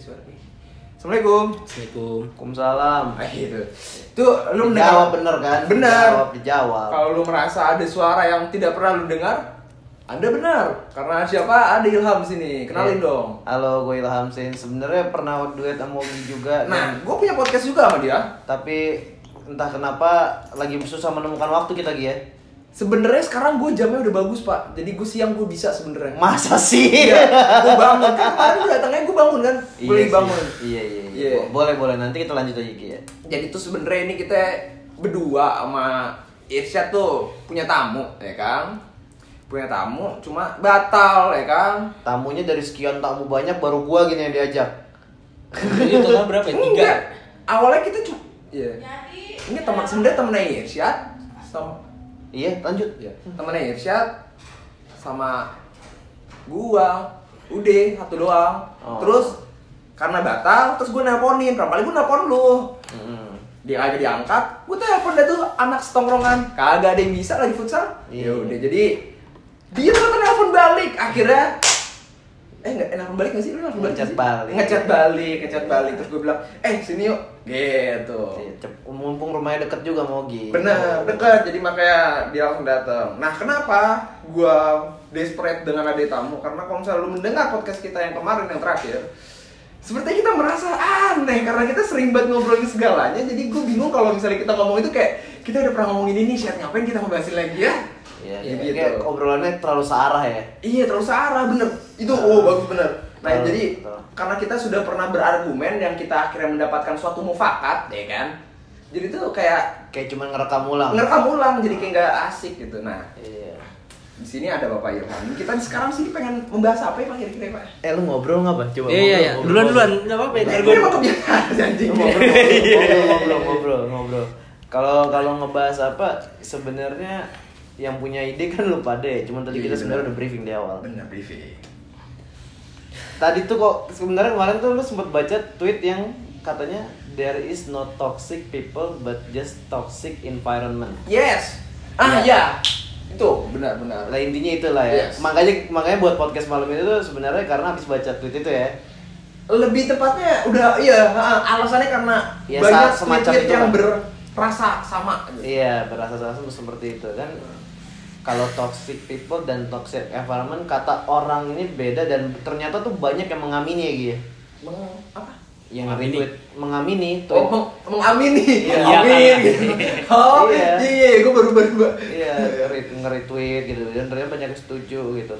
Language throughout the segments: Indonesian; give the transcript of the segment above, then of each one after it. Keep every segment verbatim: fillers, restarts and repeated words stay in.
suara nih. Assalamualaikum. Assalamualaikum. Waalaikumsalam. Ah gitu. Tuh lu Dijawab bener kan? Bener. Dijawab, dijawab. Kalau lu merasa ada suara yang tidak pernah lu dengar, Anda benar. Karena siapa? Ada Ilham sini. Kenalin Iya. dong. Halo, gue Ilham Sin. Sebenarnya pernah duet sama Ogi juga. Nah, dan- gue punya podcast juga sama dia. tapi entah kenapa lagi susah menemukan waktu kita Gi ya. Sebenarnya sekarang gue jamnya udah bagus pak, jadi gue siang gue bisa sebenarnya. Masa sih? Iya, gue bangun kan kemarin gue datangnya gue bangun kan, gue lagi sih. bangun. Iya, iya, iya. Iya. Boleh, boleh. Nanti kita lanjut aja Gi ya. Jadi tuh sebenarnya ini kita berdua sama Irsyad tuh punya tamu, ya kan? Punya tamu, cuma batal, ya kan? Tamunya dari sekian tamu banyak baru gua gini yang diajak. Jadi total berapa ya? Tiga. Enggak. Awalnya kita cuma, iya. Ini teman sebenarnya temennya Irsyad, sama, Iya, lanjut. ya, temennya Irsyad, sama gua, udah satu doang. Oh. Terus karena batal, terus gue nelponin, berapa kali gue nelpon lu. Mm. Dia aja diangkat, gue telepon dah tuh anak setongkrongan, kagak ada yang bisa lagi futsal. Ya Iya. udah, jadi dia tuh telepon balik, akhirnya eh nggak nelpon balik nggak sih, lu nelpon balik Ngechat nggak sih? balik. ngechat balik, ngechat balik, terus gue bilang, eh sini yuk, gitu. Iya, cep- mumpung rumahnya deket juga sama Ogi. Bener, deket, jadi makanya dia langsung datang. Nah kenapa gue desperate dengan ada tamu? Karena kalau misalnya lu mendengar podcast kita yang kemarin yang terakhir, sepertinya kita merasa aneh karena kita sering banget ngobrolin segalanya. Jadi gue bingung kalau misalnya kita ngomong itu kayak kita udah pernah ngomongin ini, Syed, ngapain kita ngebahasin lagi ya? Iya, Ya, kayak- gitu. kayak obrolannya terlalu searah ya. Iya terlalu searah, bener. Itu oh bagus bener. Nah Betul, jadi betul. karena kita sudah pernah berargumen dan kita akhirnya mendapatkan suatu mufakat, ya kan? Jadi tuh kayak Kayak cuma ngerekam ulang. ngerekam ulang, jadi kayak nggak asik gitu. Nah Iya. di sini ada Bapak Ilham. Kita sekarang sih pengen membahas apa ya Pak kira-kira Pak? Eh lu ngobrol nggak Pak? Coba Iya iya iya. ngobrol, Duluan ngobrol. duluan. Enggak apa-apa ya. Nah, Ntar ini gua- emang kebiasaan anjing. Lu ngobrol, ngobrol, ngobrol, ngobrol, ngobrol. Kalau kalau ngebahas apa sebenarnya yang punya ide kan lu pada ya. Cuman tadi Iya, kita sebenarnya benar. udah briefing di awal. Bener briefing. Tadi tuh kok sebenarnya kemarin tuh lu sempat baca tweet yang katanya there is no toxic people but just toxic environment. Yes. Ah ya. Itu benar-benar. Lah intinya itulah ya. Yes. Makanya makanya buat podcast malam ini tuh sebenarnya karena habis baca tweet itu ya. Lebih tepatnya udah iya, ha, alasannya karena Ya, banyak sa- semacam tweet-tweet itu yang lah. berrasa sama gitu. Iya, berasa-rasa seperti itu kan. Kalau toxic people dan toxic environment kata orang ini beda dan ternyata tuh banyak yang mengamini ya Gi ya. Meng, apa? Yang Mengamini. retweet mengamini Oh, tweet. meng, mengamini. Iya, Amin iya, gitu. Oh, Iya. iya, iya, gue baru baru gua. Iya, nge- nge-retweet gitu dan ternyata banyak yang setuju gitu.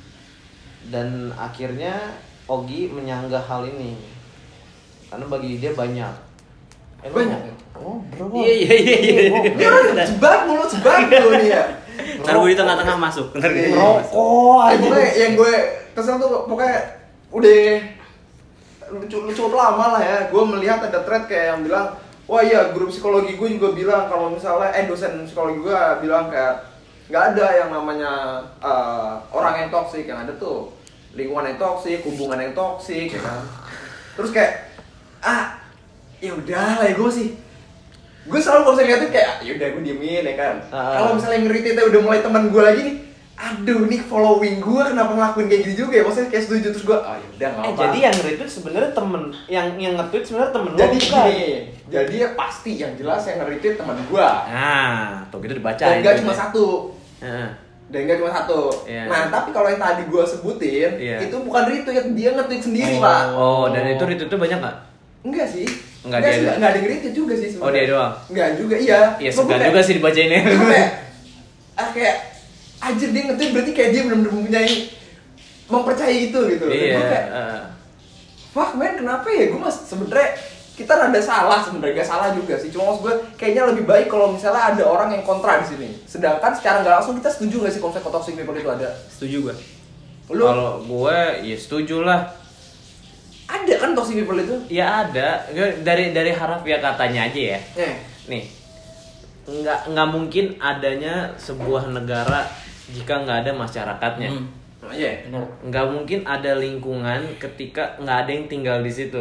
Dan akhirnya Ogi menyanggah hal ini. Karena bagi dia banyak. Eh, lu Banyak? Oh, bro. Iya iya iya iya. Ini orang jebak mulu, jebak mulu nih ya. Ntar gue di tengah-tengah masuk. Ntar gue di Iya. tengah masuk. Rokok Eh, aja. pokoknya yang gue kesel tuh pokoknya udah lucu cukup lama lah ya. Gue melihat ada thread kayak yang bilang, wah iya guru psikologi gue juga bilang kalau misalnya eh dosen psikologi gue bilang kayak nggak ada yang namanya eh, orang yang toksik, yang ada tuh lingkungan yang toksik, hubungan yang toksik, ya kan. Terus kayak ah ya udah lah ya gue sih. Gue selalu kalau saya lihat tuh kayak ya udah gue diemin ya kan. Ah. Kalau misalnya nge-retweet udah mulai teman gue lagi nih, aduh nih following gue kenapa ngelakuin kayak gini juga ya, maksudnya kayak setuju terus gue ah yaudah nggak Eh apa. jadi yang retweet sebenarnya temen, yang yang nge-tweet sebenarnya temen jadi lo bukan? gini, jadi ya pasti yang jelas yang nge-retweet teman gue. Nah, tuh gitu dibaca. Dan nggak cuma satu, Heeh. dan nggak cuma satu. Iya. Nah tapi kalau yang tadi gue sebutin Iya. itu bukan retweet, dia nge-tweet sendiri pak. Oh, dan itu retweetnya banyak nggak? Enggak sih. Enggak, Enggak dia sih, doang. enggak ada yang retweet juga sih sebenarnya. Oh, dia doang? Enggak juga, iya. Iya, Cuma segan gua juga sih dibacainnya. kayak- gua kayak, ah kayak anjir dia nge-tweet berarti kayak dia benar-benar mempunyai mempercayai itu gitu. Dan Iya. gua kayak, heeh. fuck man, kenapa ya? Gue mas sebenernya kita rada salah sebenarnya, gak salah juga sih. Cuma maksud gue kayaknya lebih baik kalau misalnya ada orang yang kontra di sini. Sedangkan secara nggak langsung kita setuju nggak sih konsep toxic people itu ada? Setuju gue. Lu Kalau gue ya setuju lah. ada kan toxic people itu? Ya ada. Dari dari harafiah katanya aja ya. Eh, Nih, nggak nggak mungkin adanya sebuah negara jika nggak ada masyarakatnya. oh, iya, benar. Nggak mungkin ada lingkungan ketika nggak ada yang tinggal di situ.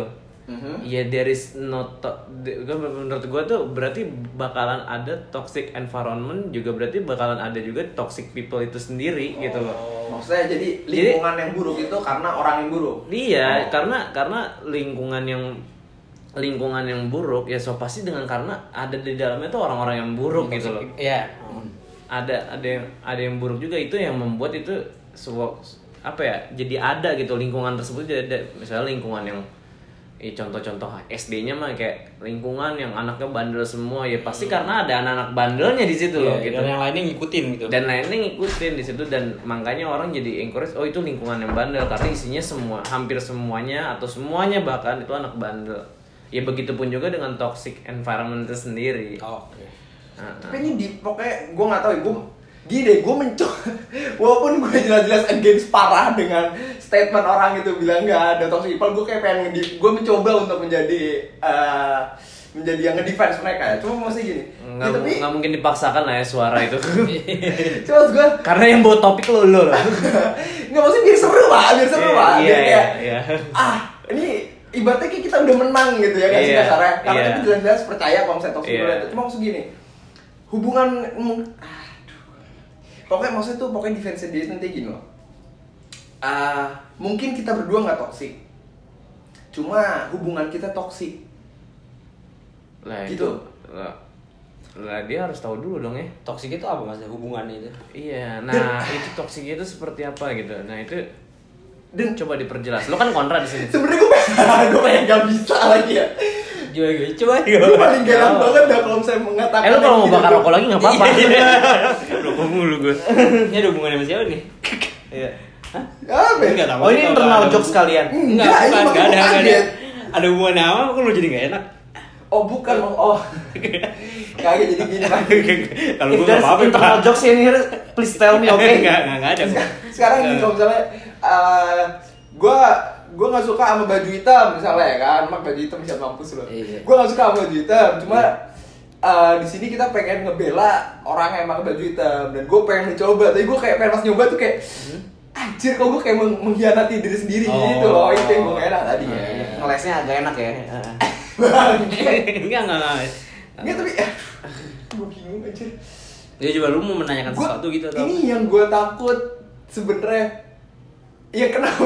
Mhm. ya there is no to- de- gua- menurut gue tuh berarti bakalan ada toxic environment, juga berarti bakalan ada juga toxic people itu sendiri gitu loh. Maksudnya jadi lingkungan yang buruk itu karena orang yang buruk. Iya, Oh. karena karena lingkungan yang lingkungan yang buruk ya so pasti dengan karena ada di dalamnya tuh orang-orang yang buruk gitu loh. Iya. Ada ada yang ada yang buruk juga, itu yang membuat itu sebuah apa ya? Jadi ada gitu lingkungan tersebut, jadi ada misalnya lingkungan yang eh, contoh-contoh S D-nya mah kayak lingkungan yang anaknya bandel semua ya pasti karena ada anak-anak bandelnya di situ loh Iya, gitu. dan yang lainnya ngikutin gitu. Dan lainnya ngikutin di situ, dan makanya orang jadi encourage oh itu lingkungan yang bandel karena isinya semua hampir semuanya atau semuanya bahkan itu anak bandel. Ya begitupun juga dengan toxic environment itu sendiri. Oh, oke. Nah, Tapi ini di pokoknya gue nggak tahu ya, gue gini deh, gue mencoba walaupun gue jelas-jelas against parah dengan statement orang itu bilang nggak ada toxic people, gue kayak pengen ngedi- gue mencoba untuk menjadi uh, menjadi yang ngedefense mereka ya. Cuma masih gini, nggak, ya, tapi nggak mungkin dipaksakan lah ya suara itu. cuma gue Karena yang bawa topik lo lo lah. nggak maksudnya biar seru pak, biar seru Iya, pak, iya, biar kayak iya. ah ini ibaratnya kayak kita udah menang gitu ya kan sih Iya, kasarnya, karena iya. kita jelas-jelas percaya kalau misalnya toxic Iya. people. Cuma maksud gini, hubungan aduh. Pokoknya maksudnya tuh pokoknya defense dia nanti gini loh. Ah, mungkin kita berdua nggak toksik, cuma hubungan kita toksik. Lah Gitu. itu lah, lah dia harus tahu dulu dong ya. Toksik itu apa maksudnya hubungannya itu? Iya, nah itu toksik itu seperti apa gitu. Nah itu Dan coba diperjelas. Lo kan kontra di sini. sebenarnya gue pengen, gue pengen gak bisa lagi ya. Coba gue, coba Gue paling gak enak Oh. banget dah kalau misalnya mengatakan. Eh lo kalau mau gitu. bakar rokok lagi nggak apa-apa. Rokok mulu gue. Ini ada hubungannya sama siapa nih? Iya. Hah? Apa? Enggak tahu. Oh ini internal jokes kalian. Enggak, Enggak, ini bukan, makanya enggak ada, gue enggak ada. kaget. Ada hubungannya apa? Kok lu jadi enggak enak? Oh bukan, oh kagak jadi gini lagi. Kalau If gue enggak there's apa-apa, internal Pak. jokes in here, please tell me, oke? Enggak, enggak, enggak ada. Sekarang gini kalau misalnya uh, gue gue nggak suka sama baju hitam misalnya ya kan, mak baju hitam bisa mampus loh. Iya. Gue nggak suka sama baju hitam, cuma uh, di sini kita pengen ngebela orang yang pakai baju hitam dan gue pengen mencoba, tapi gue kayak pengen pas nyoba tuh kayak anjir kok gue kayak meng- mengkhianati diri sendiri Oh. gitu loh, itu yang gue gak enak tadi ya. Iya. Ngelesnya agak enak ya. Enggak, enggak, enggak. Nggak tapi gue bingung anjir. Ya coba lu mau menanyakan Gua- sesuatu gitu atau? Ini yang gue takut sebenarnya. Ya kenapa?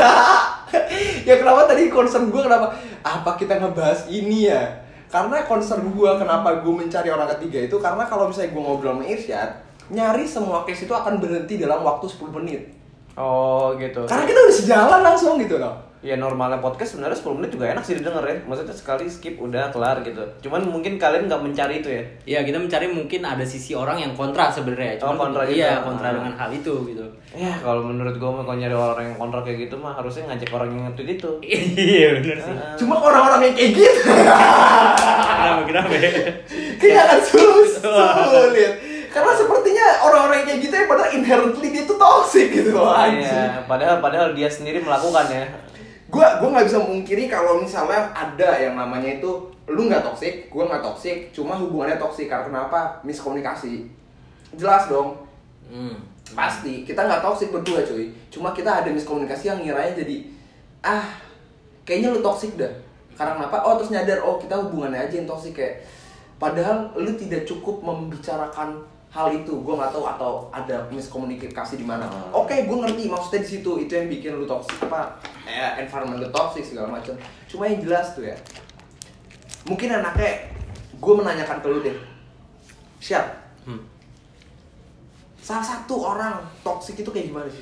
Ya kenapa tadi concern gue kenapa? Apa kita ngebahas ini ya? Karena concern gue kenapa gue mencari orang ketiga itu karena kalau misalnya gue ngobrol sama Irsyad, nyari semua case itu akan berhenti dalam waktu sepuluh menit. Oh gitu. Karena kita udah sejalan langsung gitu loh. Ya normalnya podcast sebenarnya sepuluh menit juga enak sih didengar ya. Maksudnya sekali skip udah kelar gitu. Cuman mungkin kalian nggak mencari itu ya. Iya, kita mencari mungkin ada sisi orang yang kontra sebenarnya. Oh, Cuman kontra gitu. iya, kontra Ah. dengan hal itu gitu. Ya kalau menurut gue mah kalau nyari orang yang kontrak kayak gitu mah harusnya ngajak orang yang nge-tweet itu. Iya, benar sih. Cuma orang-orang yang kayak gitu Kenapa kenapa ya? kayak akan sulit. sulit. Karena sepertinya orang-orang yang kayak gitu ya padahal inherently dia tuh toxic gitu loh anjir. Iya, padahal padahal dia sendiri melakukan ya. Gua gua nggak bisa memungkiri kalau misalnya ada yang namanya itu lu nggak toksik, gua nggak toksik, cuma hubungannya toksik karena kenapa? Miskomunikasi. Jelas dong. Hmm. Pasti kita nggak toksik berdua cuy. Cuma kita ada miskomunikasi yang ngiranya jadi ah kayaknya lu toksik dah. Karena kenapa? Oh terus nyadar oh kita hubungannya aja yang toksik kayak padahal lu tidak cukup membicarakan hal itu, gue nggak tahu atau ada miskomunikasi di mana. Hmm. Oke, gue ngerti maksudnya di situ itu yang bikin lu toxic apa, eh, environment lu toxic segala macam. Cuma yang jelas tuh ya, mungkin anaknya gue menanyakan ke lu deh, Syat, Hmm. salah satu orang toxic itu kayak gimana sih?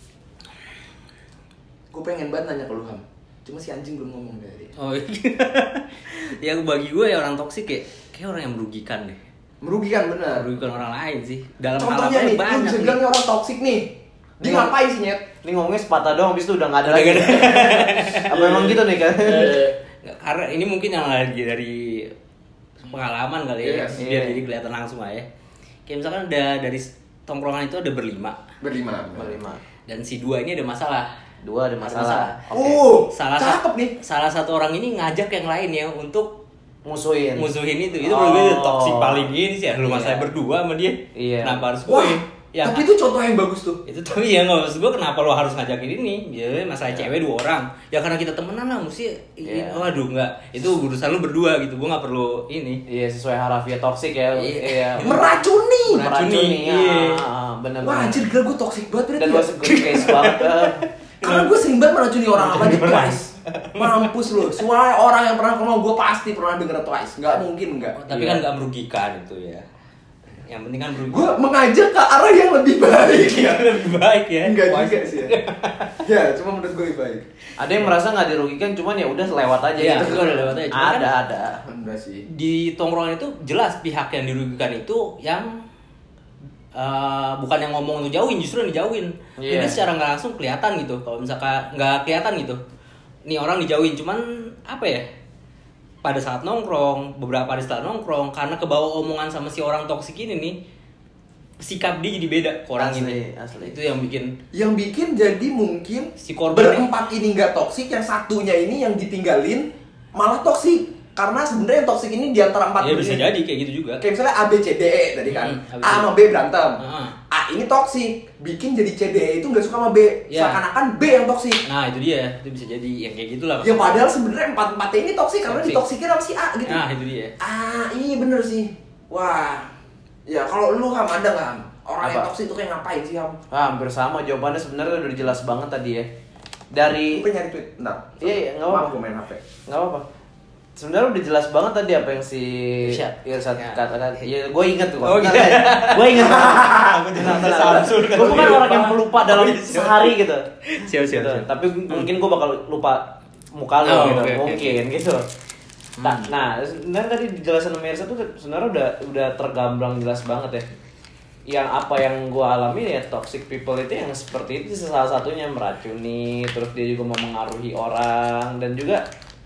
Gue pengen banget nanya ke lu Ham, cuma si anjing belum ngomong dari. Oh iya. Yang bagi gue ya orang toksik kayak kayak orang yang merugikan deh. Merugikan bener. Merugikan orang lain sih. Dalam hal Contohnya apa nih, lu banyak bisa nih. bilang nih orang toxic nih. Dia Nih, ngapain sih nyet? Ini ngomongnya sepatah doang, habis itu udah nggak ada Udah lagi. nggak Apa emang gitu nih kan? Nggak, karena ini mungkin yang lagi dari pengalaman kali ya, Yes. biar Iya. jadi kelihatan langsung aja. Kayak misalkan ada dari tongkrongan itu ada berlima Berlima. Berlima. dan si dua ini ada masalah. Dua ada masalah. Oke. Uh, Salah cakep sa- nih. Salah satu orang ini ngajak yang lain ya untuk Musuhin. musuhin itu. Itu Oh. menurut gue toksik paling ini sih. Lu masalah Iya. berdua sama dia. Iya. Kenapa harus Wah, gue? yang Tapi itu contoh yang bagus tuh. itu tuh ya nggak maksud gue kenapa lo harus ngajakin ini ya masalah Ya. cewek dua orang ya karena kita temenan lah mesti Ya. waduh nggak itu urusan lu berdua gitu gue nggak perlu ini Iya sesuai harafiah toksik ya. Iya. Iya. Meracuni. Meracuni, ya. iya. Ah, benar. Wah anjir gila gue toxic banget Dan berarti. was a good case banget. eh. Karena gue sering banget meracuni orang apa aja Twice. Mampus lu. Semua orang yang pernah kenal gue pasti pernah denger Twice. Nggak mungkin nggak. tapi Iya. kan nggak merugikan itu ya yang penting kan Gue merugikan mengajak ke arah yang lebih baik ya. lebih baik ya Enggak Wah, juga sih ya. Ya cuma menurut gue lebih baik. Ada yang merasa nggak dirugikan, cuman ya udah lewat aja Iya, gitu. itu udah lewat aja. Cuma Ada kan- ada. Enggak sih. di tongkrongan itu jelas pihak yang dirugikan itu yang eh, bukan yang ngomong untuk jauhin, justru yang dijauhin. Iya. Jadi secara nggak langsung kelihatan gitu. Kalau misalkan nggak kelihatan gitu, nih orang dijauhin, cuman apa ya? Pada saat nongkrong, beberapa hari setelah nongkrong, karena kebawa omongan sama si orang toksik ini nih, sikap dia jadi beda ke orang Asli, ini. asli. Itu yang bikin Yang bikin jadi mungkin Si korban berempat ini nggak toksik, yang satunya ini yang ditinggalin malah toksik. Karena sebenarnya yang toksik ini di antara empat ya ini. bisa jadi kayak gitu juga. Kayak misalnya A B C D E tadi kan. Hmm, A B C D. A sama B berantem. Heeh. A ini toksik, bikin jadi C D E itu nggak suka sama B. Ya. Seakan-akan B yang toksik. Nah itu dia, itu bisa jadi yang kayak gitulah. Ya padahal sebenarnya empat empatnya ini toksik karena Toksik. ditoksikin sama si A gitu. Nah itu dia. Ah iya bener sih. Wah. Ya kalau lu Ham ada nggak Ham? Orang yang Apa? toksik itu kayak ngapain sih Ham? Ah, hampir sama jawabannya sebenarnya udah jelas banget tadi ya. Dari Gue nyari tweet, bentar. Iya, iya, nggak apa-apa. Maaf, gue main H P. nggak apa-apa. Sebenarnya udah jelas banget tadi apa yang si Irsyad. Irsyad Ya. katakan. Iya, gue inget tuh. Oh, gitu. Gue inget. Aku jadi nonton Samsul kan. Gue bukan orang yang pelupa dalam Oh, iya, siap. sehari gitu. Siap, siap, Gitu. siap. Tapi mungkin gue bakal lupa muka lo Oh, gitu. oke, oke, mungkin gitu. Nah, Hmm. nah, sebenarnya tadi dijelasin sama Irsyad tuh sebenarnya udah udah tergamblang jelas banget ya. Yang apa yang gue alami ya toxic people itu yang seperti itu salah satunya meracuni, terus dia juga memengaruhi orang dan juga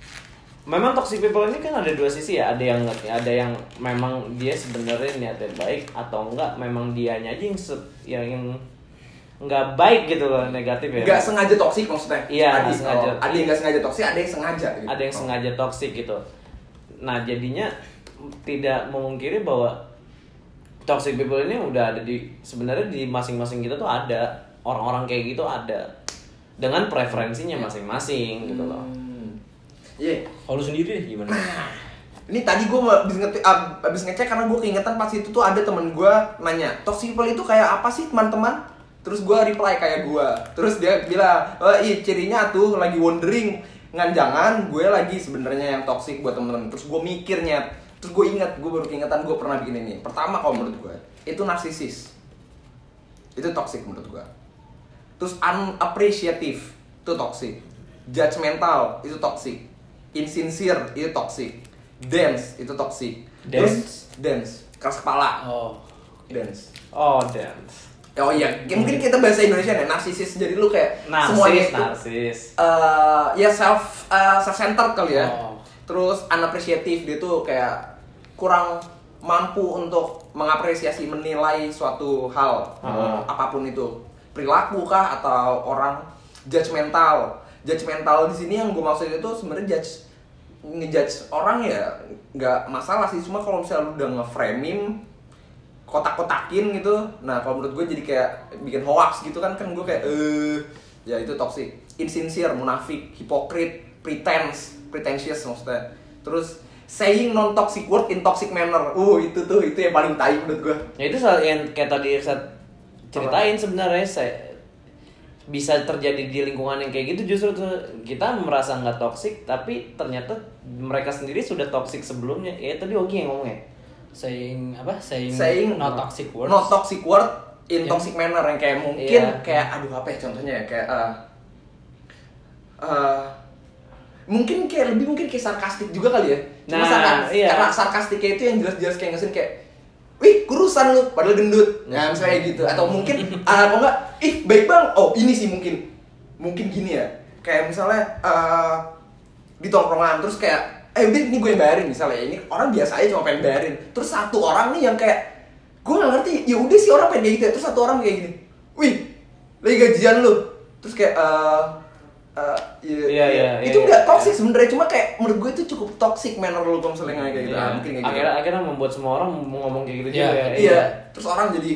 memang toxic people ini kan ada dua sisi ya, ada yang ada yang memang dia sebenarnya niatnya baik atau enggak memang dianya aja yang se- yang, yang nggak baik gitu loh, negatif ya. Nggak sengaja toksik maksudnya. Iya, Tadi, nggak sengaja. kalau ada yang nggak sengaja toksik, ada yang sengaja. Gitu. Ada yang Oh. sengaja toksik gitu. Nah jadinya tidak memungkiri bahwa toxic people ini udah ada di sebenarnya di masing-masing kita tuh ada orang-orang kayak gitu ada dengan preferensinya masing-masing gitu loh. Hmm. Iya. Kalau lu sendiri deh gimana? Ini tadi gue abis, nge- ab- abis ngecek karena gue keingetan pas itu tuh ada temen gue nanya toxic people itu kayak apa sih teman-teman? Terus gue reply kayak gue. Terus dia bilang, oh iya cirinya tuh lagi wondering ngan jangan gue lagi sebenarnya yang toxic buat temen-temen. Terus gue mikirnya, terus gue ingat gue baru keingetan gue pernah bikin ini. Pertama kalau menurut gue itu narsisis, itu toxic menurut gue. Terus unappreciative itu toxic, judgmental itu toxic, insincere itu toxic, dance itu toxic, terus dance keras kepala, Oh. dance. Oh dance. Oh iya, ya, mungkin kita bahasa Indonesia nih, narsisis. Jadi lu kayak semuanya Narsis, itu narsis. eh, ya self uh, self centered kali ya. Oh. Terus unappreciative, dia tuh kayak kurang mampu untuk mengapresiasi, menilai suatu hal, Ah. apapun itu, perilaku kah atau orang. Judgmental, judgmental di sini yang gue maksud itu sebenarnya judge ngejudge orang ya nggak masalah sih, cuma kalau misalnya lu udah nge-framing kotak-kotakin gitu, nah kalau menurut gue jadi kayak bikin hoax gitu kan, kan gue kayak eh ya itu toxic, insincere, munafik, hipokrit, pretense, pretentious maksudnya. Terus saying non toxic word in toxic manner, uh itu tuh itu yang paling tai menurut gue. Ya itu soal yang kayak tadi Irsyad ceritain sebenarnya saya bisa terjadi di lingkungan yang kayak gitu, justru tuh kita merasa nggak toksik tapi ternyata mereka sendiri sudah toksik sebelumnya. Ya tadi Ogi yang ngomongnya. Saying apa? Saying, Saying not toxic words. not toxic word in Yang- toxic manner, yang kayak mungkin Iya. kayak aduh apa ya contohnya ya, kayak uh, uh, mungkin kayak lebih mungkin kayak sarkastik juga kali ya. Cuma Nah, sarkas- iya. karena sarkastiknya itu yang jelas-jelas kayak ngesin kayak wih kurusan lu padahal gendut. Ya misalnya gitu, atau mungkin ah kalau enggak ih baik bang. Oh ini sih mungkin mungkin gini ya, kayak misalnya uh, di tongkrongan terus kayak eh udah ini gue yang bayarin misalnya, ini orang biasa aja cuma pengen bayarin, terus satu orang nih yang kayak gue nggak ngerti, ya udah sih orang pengen kayak gitu ya. Terus satu orang kayak gini, wih lagi gajian lu, terus kayak eh eh, iya, Iya, iya, itu iya, nggak iya. toxic sebenarnya, cuma kayak menurut gue itu cukup toxic manner lu kalau misalnya kayak gitu. Iya. Ah, mungkin kayak gitu. akhirnya akhirnya membuat semua orang mau ngomong kayak gitu Iya, juga ya. Iya, terus orang jadi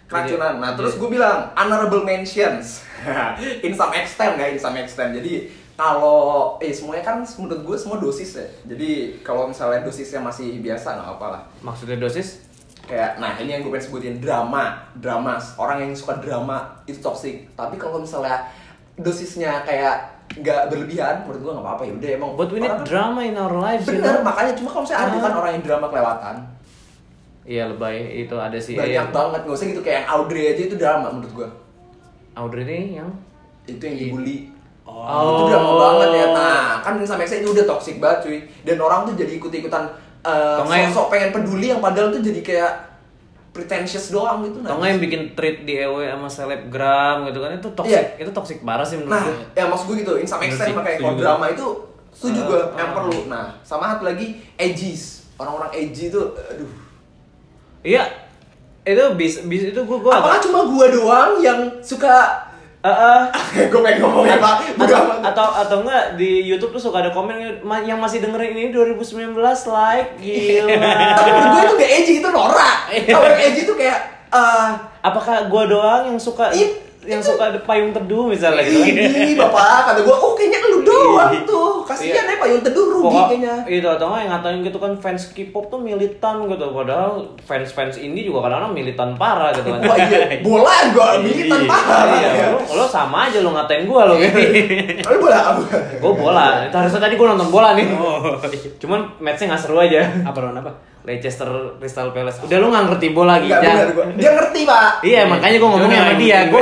keracunan. Nah terus gue bilang honorable mentions in some extent ya, in some extent. Jadi kalau eh semuanya kan menurut gue semua dosis ya. Jadi kalau misalnya dosisnya masih biasa nggak apa-apa lah. Maksudnya dosis? Kayak, nah ini yang gue pengen sebutin, drama, drama, orang yang suka drama itu toxic. Tapi kalau misalnya dosisnya kayak nggak berlebihan, menurut gue nggak apa-apa, ya udah emang. But we need orang kan- drama in our lives. you Bener, know? makanya cuma kalau misalnya ada kan Ah. orang yang drama kelewatan, Iya lebay itu ada sih. banyak Iya. banget, nggak usah gitu kayak yang Audrey aja itu drama menurut gue. Audrey nih yang Itu yang dibully. Oh. Itu drama banget ya. Nah, kan sama saya itu udah toxic banget cuy. Dan orang tuh jadi ikut-ikutan uh, Atau nggak yang- sok-sok pengen peduli yang padahal tuh jadi kayak pretentious doang gitu. Atau nggak yang bikin treat di E W sama selebgram gitu kan, itu toxic, Iya. itu toxic parah sih menurut Nah, gue. ya maksud gue gitu, in some extent Setuju, makanya kalau setuju. drama itu setuju Uh, gue uh, yang uh. perlu. Nah, sama satu lagi edgies. Orang-orang edgy itu aduh. Iya, itu bis, bis itu gue gue Apakah cuma gue doang yang suka Uh, uh, gue pengen ngomongin Pak, atau, drama. atau atau enggak di YouTube tuh suka ada komen "Ma- yang masih dengerin ini dua ribu sembilan belas like gila." Tapi menurut gue itu gak edgy, itu norak. Kalau yang edgy itu kayak eh Apakah gua doang yang suka It- yang itu- suka ada payung teduh misalnya gitu? Ini bapak, kata gue, oh kayaknya lu doang tuh. Kasihan ya payung teduh rugi Pokok- kayaknya. Itu atau nggak yang ngatain gitu kan fans K-pop tuh militan gitu, padahal fans-fans indie juga kadang-kadang militan parah gitu kan. Wah iya, bola gue militan parah. Iya, ya. lo, lo sama aja lo ngatain gua lo gitu. Lu bola apa? Gua bola. Itu harusnya tadi gua nonton bola nih. Oh. Cuman matchnya nggak seru aja. Apa lawan apa? Leicester Crystal Palace. Udah lu nggak ngerti bola gitu. Enggak benar gue. Dia ngerti, Pak. Iya, makanya gua ngomongnya sama dia. Gua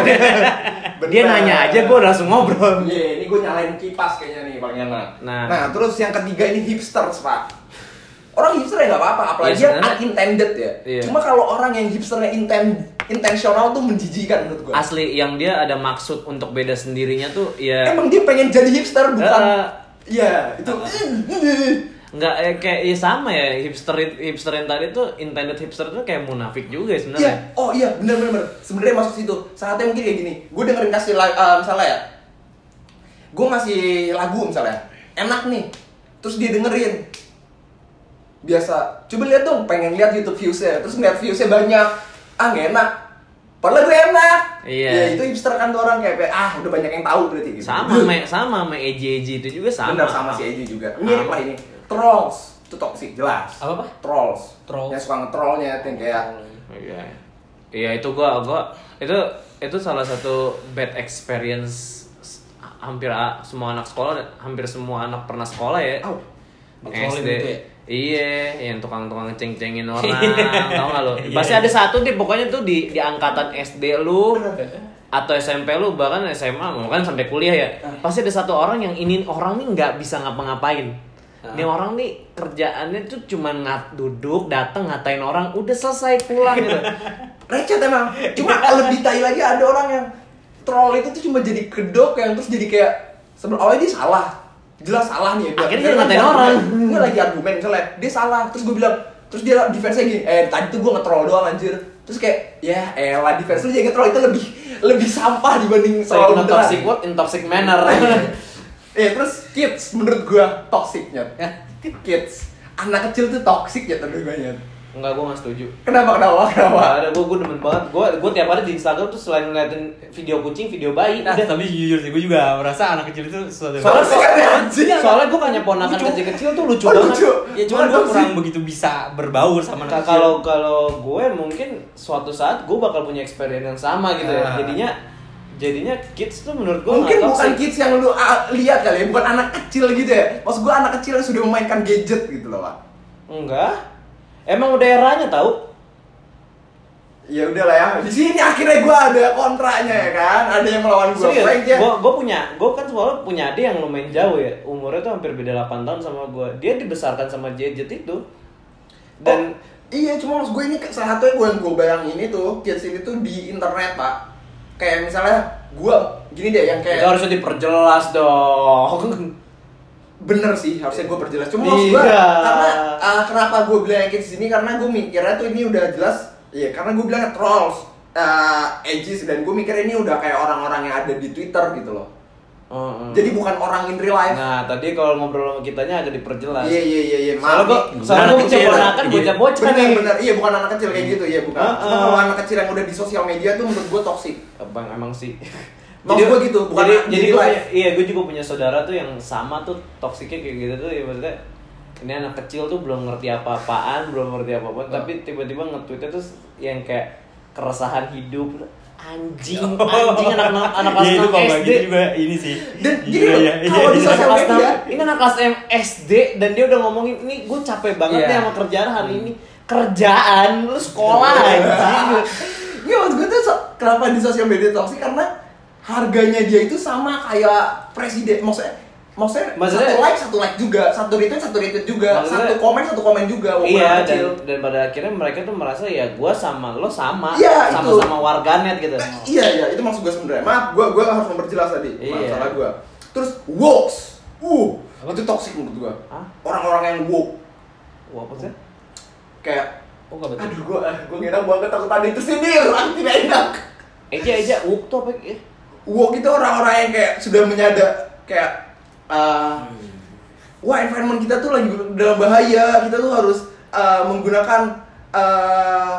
dia nanya aja, gua langsung ngobrol. Iya, ini gue nyalain kipas kayaknya nih Bang Yana. Nah. nah, terus yang ketiga ini hipsters, Pak. Orang hipster ya nggak apa-apa, apalagi Iya, yang sebenarnya- unintended ya. Iya. Cuma kalau orang yang hipsternya inten intensional tuh menjijikan menurut gue. Asli yang dia ada maksud untuk beda sendirinya tuh ya. Emang dia pengen jadi hipster bukan? Eh, Iya, itu. Nggak eh, kayak ya sama ya hipster hipster yang tadi tuh intended hipster tuh kayak munafik juga ya Iya, sebenarnya. oh iya, bener bener bener. Sebenarnya masuk situ. Saatnya mungkin kayak gini. Gue dengerin kasih la- uh, misalnya ya. Gue ngasih lagu misalnya, enak nih. Terus dia dengerin. Biasa. Coba lihat dong, pengen lihat YouTube views-nya. Terus ngeliat views-nya banyak. Ah, nggak enak. Padahal gue enak. Iya. Ya itu hipster kan tuh orang kayak, kayak, ah udah banyak yang tahu berarti gitu. Sama sama sama sama Eji Eji itu juga sama. Bener sama si Eji juga. Mirip lah ini. Trolls itu toxic jelas. Apa, apa? Trolls. Trolls. Yang suka nge-trollnya yang kayak Iya. Iya itu gua gua itu itu salah satu bad experience s- hampir a- semua anak sekolah, hampir semua anak pernah sekolah ya. Au. Nge-trollin S D. gitu ya? Iya, yang tukang-tukang ngeceng-cengin orang, tau gak lo? Pasti ada satu deh, pokoknya tuh di di angkatan S D lu atau S M P lu bahkan S M A, bahkan sampai kuliah ya. Pasti ada satu orang yang ini orang nih nggak bisa ngapa-ngapain. Ini orang nih kerjaannya tuh cuma ngat duduk, datang ngatain orang, udah selesai pulang gitu. recet emang. Cuma lebih tai lagi ada orang yang troll itu tuh cuma jadi kedok yang terus jadi kayak sebelum awalnya dia salah. Jelas salah nih. Akhirnya dia ngatain orang. Gue lagi argumen misalnya, dia salah. Terus gue bilang, terus dia defense-nya gini, eh tadi tuh gue nge-troll doang anjir. Terus kayak, ya elah defense lu jadi nge-troll itu lebih lebih sampah dibanding So, troll in a beneran. toxic word, in toxic manner. Eh terus kids menurut gue toksiknya. Kids. Anak kecil tuh toxic ya menurut gue nya. Enggak, gue gak setuju. Kenapa kenapa kenapa? Wah, ada gue, gue demen banget. Gue, gue tiap hari di Instagram tuh selain ngeliatin video kucing, video bayi, Nah, udah. tapi jujur sih, gue juga merasa anak kecil itu sesuatu yang Soalnya, Toxic kan ya, anjing. soalnya gue punya ponakan Lucu. kecil-kecil tuh lucu Oh, banget. lucu. ya cuman gue Toxic. kurang begitu bisa berbaur sama Ka- anak kecil. Kalau kalau gue mungkin suatu saat gue bakal punya experience yang sama gitu ya. Ah. Jadinya jadinya kids tuh menurut gue Mungkin nggak bukan toxic. kids yang lu ah, lihat kali ya, bukan anak kecil gitu ya. Maksud gua anak kecil yang sudah memainkan gadget gitu loh, Pak. Enggak. Emang udah eranya tahu. Ya udahlah ya. Di sini akhirnya gua ada kontranya ya kan. Ada yang melawan gua. Serius, Frank ya. gue gue punya, gue kan soalnya punya adik yang lumayan jauh ya, umurnya tuh hampir beda delapan tahun sama gue. Dia dibesarkan sama gadget itu. Dan Oh, iya, cuma maksud gue ini salah satu yang gue yang gue bayangin itu kids ini tuh di internet, Pak. Kayak misalnya gua gini deh yang itu kayak harusnya diperjelas dong. bener sih harusnya gue perjelas. Cuma maksud gue Iya. karena ah, kenapa gue bilang kids ini karena gue mikirnya tuh ini udah jelas. Iya, karena gue bilangnya trolls, uh, edges dan gue mikir ini udah kayak orang-orang yang ada di Twitter gitu loh. Oh, oh. Jadi bukan orang in real life. Nah, tadi kalau ngobrol sama kitanya agak diperjelas. Iya iya iya iya. Soalnya gua soalnya Anak gua kecil bukan- kan bocah-bocah bener nih. bener iya bukan anak kecil kayak gitu ya bukan. Uh, uh. Cuma kalau anak kecil yang udah di sosial media tuh menurut gue toksik. Abang emang sih. Maksud gua gitu, bukan jadi, di jadi real gua life. punya, iya gue juga punya saudara tuh yang sama tuh toksiknya kayak gitu tuh ya maksudnya ini anak kecil tuh belum ngerti apa-apaan, belum ngerti apa-apa, tapi tiba-tiba nge-tweetnya tuh yang kayak keresahan hidup anjing, anjing anak anak kelas Iya, itu enam kalau S kayak D. gitu juga ini sih. Dan Iya, gini loh, iya, kalau di iya. sosial Anak kelas media enam, ini anak kelas M S D dan dia udah ngomongin ini gue capek banget Iya. nih sama kerjaan hari ini. Kerjaan lu sekolah anjing. Iya maksud gue tuh so- kenapa di sosial media toksik karena harganya dia itu sama kayak presiden, maksudnya maksudnya, Maksudnya- satu like satu like juga, satu retweet satu retweet juga, Maksudnya- satu komen satu komen juga, walaupun Iya, anak dan, kecil. dan pada akhirnya mereka tuh merasa ya gue sama lo sama, Iya, itu. sama-sama warganet gitu. Iya iya itu maksud gue sebenarnya. Maaf, gue gue harus memperjelas tadi Iya. masalah gue. Terus woke, uh itu toksik menurut gue. Hah? Orang-orang yang woke Wah, apa sih? kayak Oh, gak betul. aduh gue gue ngira banget aku tadi tersindir, aku tidak enak. Eja, Eja, wuk tuh apa? Eh, Woke itu orang-orang yang kayak sudah menyadar kayak uh, wah environment kita tuh lagi dalam bahaya, kita tuh harus uh, menggunakan uh,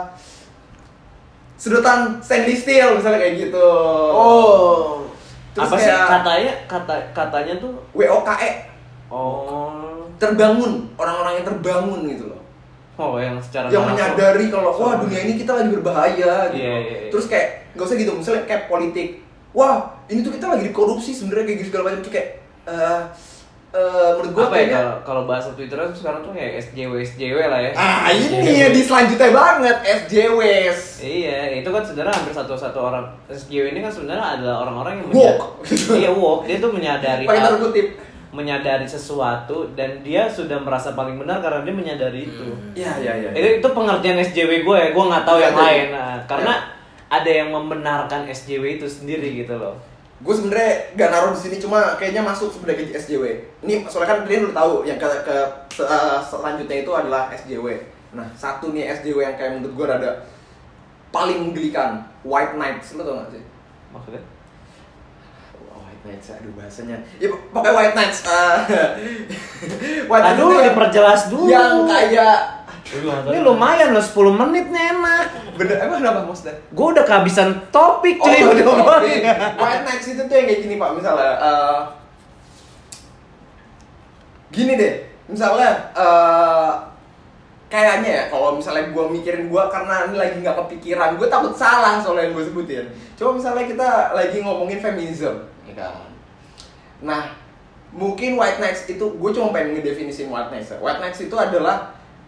sedotan stainless steel misalnya kayak gitu. Oh, Terus apa sih kayak katanya? Kata katanya tuh W O K E oh, terbangun, orang-orang yang terbangun gitu loh. oh yang secara Yang langsung. menyadari kalau wah dunia ini kita lagi berbahaya gitu. Iya, iya, iya. Terus kayak gak usah gitu, misalnya kayak politik. Wah, ini tuh kita lagi dikorupsi sebenarnya kayak gitu segala macam tuh kayak eh eh, menurut gua apa ya kayaknya kalau kalau bahasa Twitter tuh sekarang tuh kayak S J W S J W lah ya. ah ini ya di selanjutnya banget S J Ws. Iya, itu kan sebenarnya hampir satu-satu orang S J W ini kan sebenarnya adalah orang-orang yang Woke. menyadari- Iya, woke. Dia tuh menyadari Pakai hal- tanda kutip. menyadari sesuatu dan dia sudah merasa paling benar karena dia menyadari itu. Iya iya iya. Itu, itu pengertian S J W gue ya, gue nggak tahu Iya, yang iya. lain. Nah, karena ada yang membenarkan S J W itu sendiri gitu loh. Gue sebenarnya gak naruh di sini, cuma kayaknya masuk sebagai S J W. Ini soalnya kan kalian udah tahu yang ke, ke se- uh, selanjutnya itu adalah S J W. Nah satu nih S J W yang kayak menurut gue rada paling menggelikan, White Knights, lo tau gak sih? Maksudnya? White Knights, aduh bahasanya. Ya pokoknya White Knights. Uh, White Knights Aduh, itu yang- diperjelas dulu. Yang kayak Ini lumayan loh, sepuluh menit nih enak. bener emang kenapa maksudnya? Gue udah kehabisan topik Oh, cuy. iya, udah oke. ngomongin. White Knights itu tuh yang kayak gini pak, misalnya eh, gini deh, misalnya eh, kayaknya ya kalau misalnya gue mikirin gue karena ini lagi nggak kepikiran, gue takut salah soalnya yang gue sebutin. Coba misalnya kita lagi ngomongin feminism, ya kan? Nah, mungkin White Knights itu gue cuma pengen ngedefinisin White Knights. White Knights itu adalah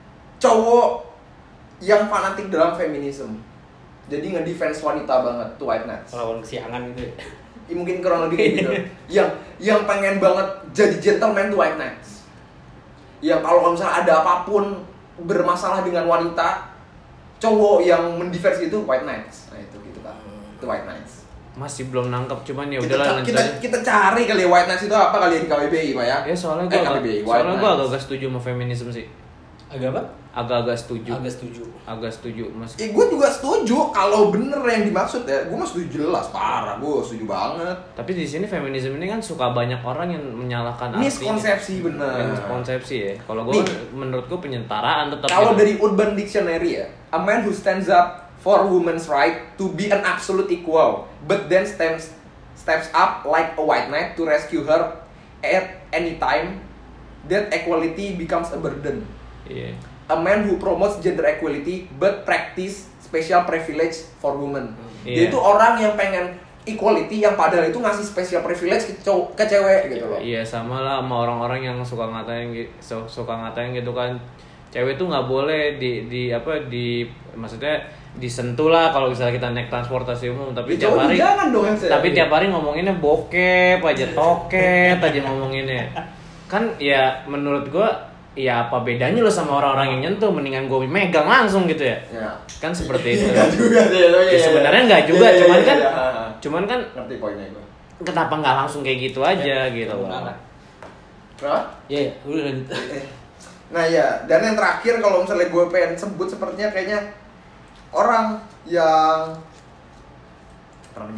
cowok yang fanatik dalam feminism. Jadi ngedefense wanita banget tuh White Knights. Lawan kesiangan gitu. Ya, mungkin kurang lebih kayak gitu. yang yang pengen banget jadi gentleman tuh White Knights. Yang kalau misalnya ada apapun bermasalah dengan wanita, cowok yang mendefense itu White Knights. Nah itu gitu kan. Itu White Knights. Masih belum nangkep, cuman ya Kita, udahlah ca- lanjut kita, aja. kita cari kali ya White Knights itu apa kali ya di K W B I Pak ya? Ya soalnya Eh, gue K W B I, White soalnya gue Knights. agak-agak setuju sama feminisme sih. Agak apa? Agak-agak setuju. Agak setuju. Agak setuju mas. Ya gue juga setuju kalau bener yang dimaksud ya, gue mah setuju jelas parah, gue setuju banget. Tapi di sini feminisme ini kan suka banyak orang yang menyalahkan artinya. Miskonsepsi bener. Miskonsepsi ya. Kalau gue Nih. menurut gue penyentaraan tetap. Kalau gitu. dari Urban Dictionary ya, a man who stands up for women's right to be an absolute equal, but then steps steps up like a white knight to rescue her at any time, that equality becomes a burden. Iya. A man who promotes gender equality but practice special privilege for women. Dia Iya. itu orang yang pengen equality yang padahal itu ngasih special privilege ke, cow- ke cewek gitu loh. Iya sama lah sama orang-orang yang suka ngatain gi- su- suka ngatain gitu kan, cewek tuh nggak boleh di di apa di maksudnya disentuh lah kalau misalnya kita naik transportasi umum, tapi Ya, tiap cowok hari jangan dong yang saya- tapi tiap hari ngomonginnya bokep aja, toket aja ngomonginnya kan. Ya menurut gua ya apa bedanya lo sama orang-orang yang nyentuh, mendingan gue megang langsung gitu ya. Ya. Kan seperti itu. Enggak juga sih. Ya, Ya, sebenarnya nggak juga, Iya, iya, cuman iya, kan iya. cuman kan Ngerti poinnya gue. kenapa nggak langsung kayak gitu aja gitu loh. Benar. Hah? Iya, ya, udah lanjut. Nah ya, dan yang terakhir kalau misalnya gue pengen sebut sepertinya kayaknya orang yang apa namanya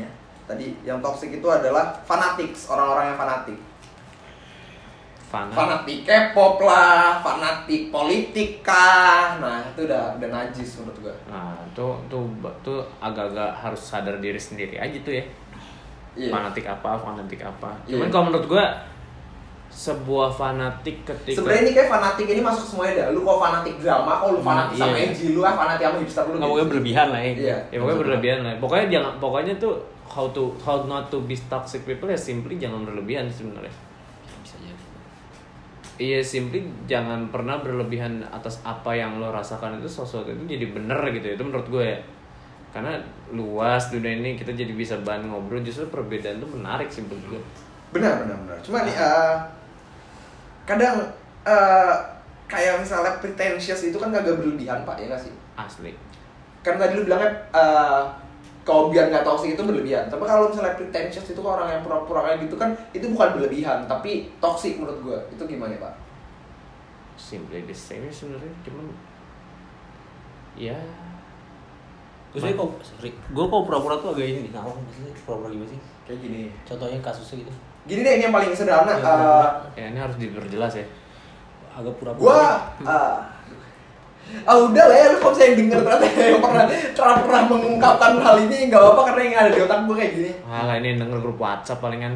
tadi yang toxic itu adalah fanatics, orang-orang yang fanatik. Fana. Fanatik K-pop lah, fanatik politik kah. Nah, itu udah udah najis menurut gua. Nah, tuh tuh tuh agak-agak harus sadar diri sendiri aja tuh ya. Iya. Fanatik apa, fanatik apa. Iya. Cuman kalau menurut gua sebuah fanatik ketika Sebenarnya ini kayak fanatik ini masuk semuanya dah. Lu kalau fanatik drama, kalau lu fanatik Hmm, sama iya. N G, lu ah fanatik sama hipster lu. Nggak pokoknya berlebihan lah ya. Iya. ya pokoknya berlebihan lah. Pokoknya jangan pokoknya tuh how to how not to be toxic people ya simply jangan berlebihan sebenarnya. Bisa jadi. Iya, simply jangan pernah berlebihan atas apa yang lo rasakan itu sesuatu itu jadi bener gitu. Itu menurut gue ya. Karena luas dunia ini kita jadi bisa bahan ngobrol, justru perbedaan itu menarik sih menurut gue. Benar, benar, benar. Cuma nih uh, kadang uh, kayak misalnya pretentious itu kan kagak berlebihan, Pak, ya nggak sih? Asli. Kan tadi lu bilangnya uh, kalau biar nggak toxic itu berlebihan. Tapi kalau misalnya pretentious itu kan orang yang pura-pura kayak gitu kan itu bukan berlebihan, tapi toxic menurut gua. Itu gimana, Pak? Simply the same sebenarnya, cuman ya Terus gue kok, sorry, gue kok pura-pura tuh agak ini, nah, maksudnya pura-pura gimana sih? Kayak gini. Contohnya kasusnya gitu. Gini deh, ini yang paling sederhana. Ya, uh, ya ini harus diperjelas ya. Agak pura-pura. gua uh, ah udah lah ya, lu kalau saya denger ternyata yang pernah pernah pernah mengungkapkan hal ini nggak apa-apa karena yang ada di otak gua kayak gini. Alah ini denger grup WhatsApp palingan.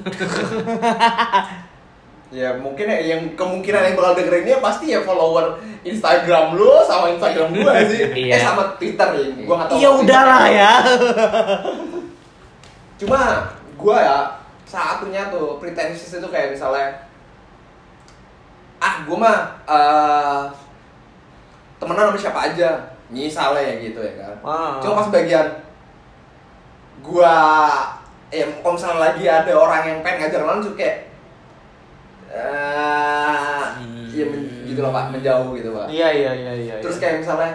Ya mungkin ya yang kemungkinan yang bakal dengerin ini pasti ya follower Instagram lu sama Instagram gua sih. Iya. Eh sama Twitter ya. Gua enggak tahu. Iya udahlah ya. Cuma gua ya satunya tuh pretentious itu kayak misalnya ah gua mah uh, temenan sama siapa aja. Misalnya gitu ya kan. Ah. Cuma pas bagian gua ya kalau misalnya lagi ada orang yang pengen ngajar langsung kayak eh Hmm. ya men- gitu loh Pak, menjauh gitu Pak. Iya iya iya iya. Terus iya. kayak misalnya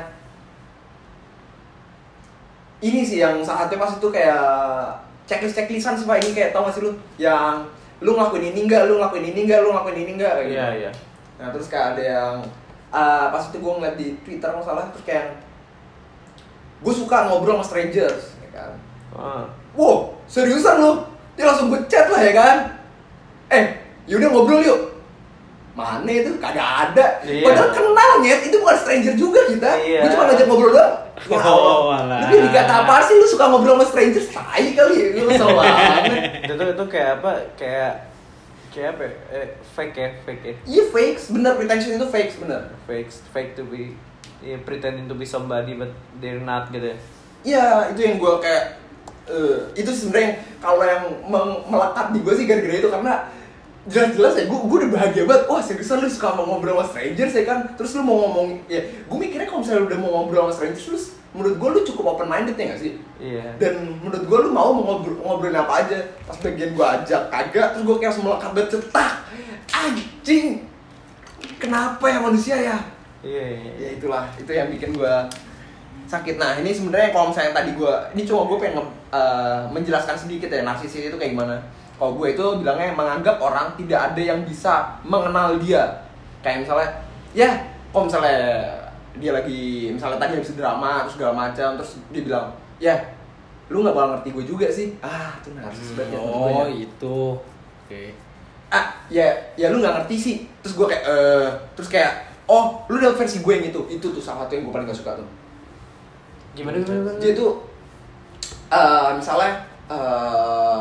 ini sih yang saatnya pas itu kayak checklist checklistan sih Pak, ini kayak tau gak sih lu yang lu ngelakuin ini enggak, lu ngelakuin ini enggak, lu ngelakuin ini enggak kayak gitu. Iya iya. Nah terus kayak ada yang uh, pas itu gue ngeliat di Twitter kalau salah terus kayak gue suka ngobrol sama strangers ya kan. Ah. Wow, seriusan lu? Dia langsung gue chat lah ya kan. Eh, yaudah ngobrol yuk. Mana itu? Kagak ada. Iya. Padahal kenal nyet, itu bukan stranger juga kita. Iya. Gue cuma ngajak ngobrol doang. Ya Oh, Allah. alah. Lu jadi kata apa sih lu suka ngobrol sama stranger? Tai kali ya, lu kesel banget. Itu itu kayak apa? Kayak kayak apa? ya? Eh, fake ya, fake ya. Iya fakes, bener pretentious itu fakes bener. Fake fake to be yeah, pretending to be somebody but they're not gitu ya. Iya, itu yang gue kayak eh, itu sebenarnya yang- kalau yang meng- melekat di gue sih gara-gara itu karena jelas-jelas ya gue gue udah bahagia banget. Wah seriusan lu suka mau ngobrol sama strangers ya kan. Terus lu mau ngomong ya gue mikirnya kalau misalnya lu udah mau ngobrol sama strangers lu menurut gue lu cukup open minded ya gak sih? Iya. Dan menurut gue lu mau ngobrol ngobrolin apa aja. Pas bagian gue ajak kagak, terus gue kayak langsung melekat banget cetak. Anjing. Kenapa ya manusia ya? Iya iya. Ya itulah, itu yang bikin gue sakit. Nah ini sebenarnya kalau misalnya tadi gue, ini cuma gue pengen nge- uh, menjelaskan sedikit ya narsisis itu kayak gimana. Kalau gue itu bilangnya menganggap orang tidak ada yang bisa mengenal dia. Kayak misalnya, ya kalau misalnya dia lagi, misalnya tadi habis drama terus segala macam, terus dia bilang, ya lu nggak bakal ngerti gue juga sih. Ah itu narsis banget ya menurut gue Oh ya. itu. Oke. Ah ya ya lu nggak ngerti sih. Terus gue kayak eh terus kayak oh lu dapet versi gue yang itu. Itu tuh salah satu yang gue paling gak suka tuh. Gimana gimana gimana? Dia tuh eh misalnya eh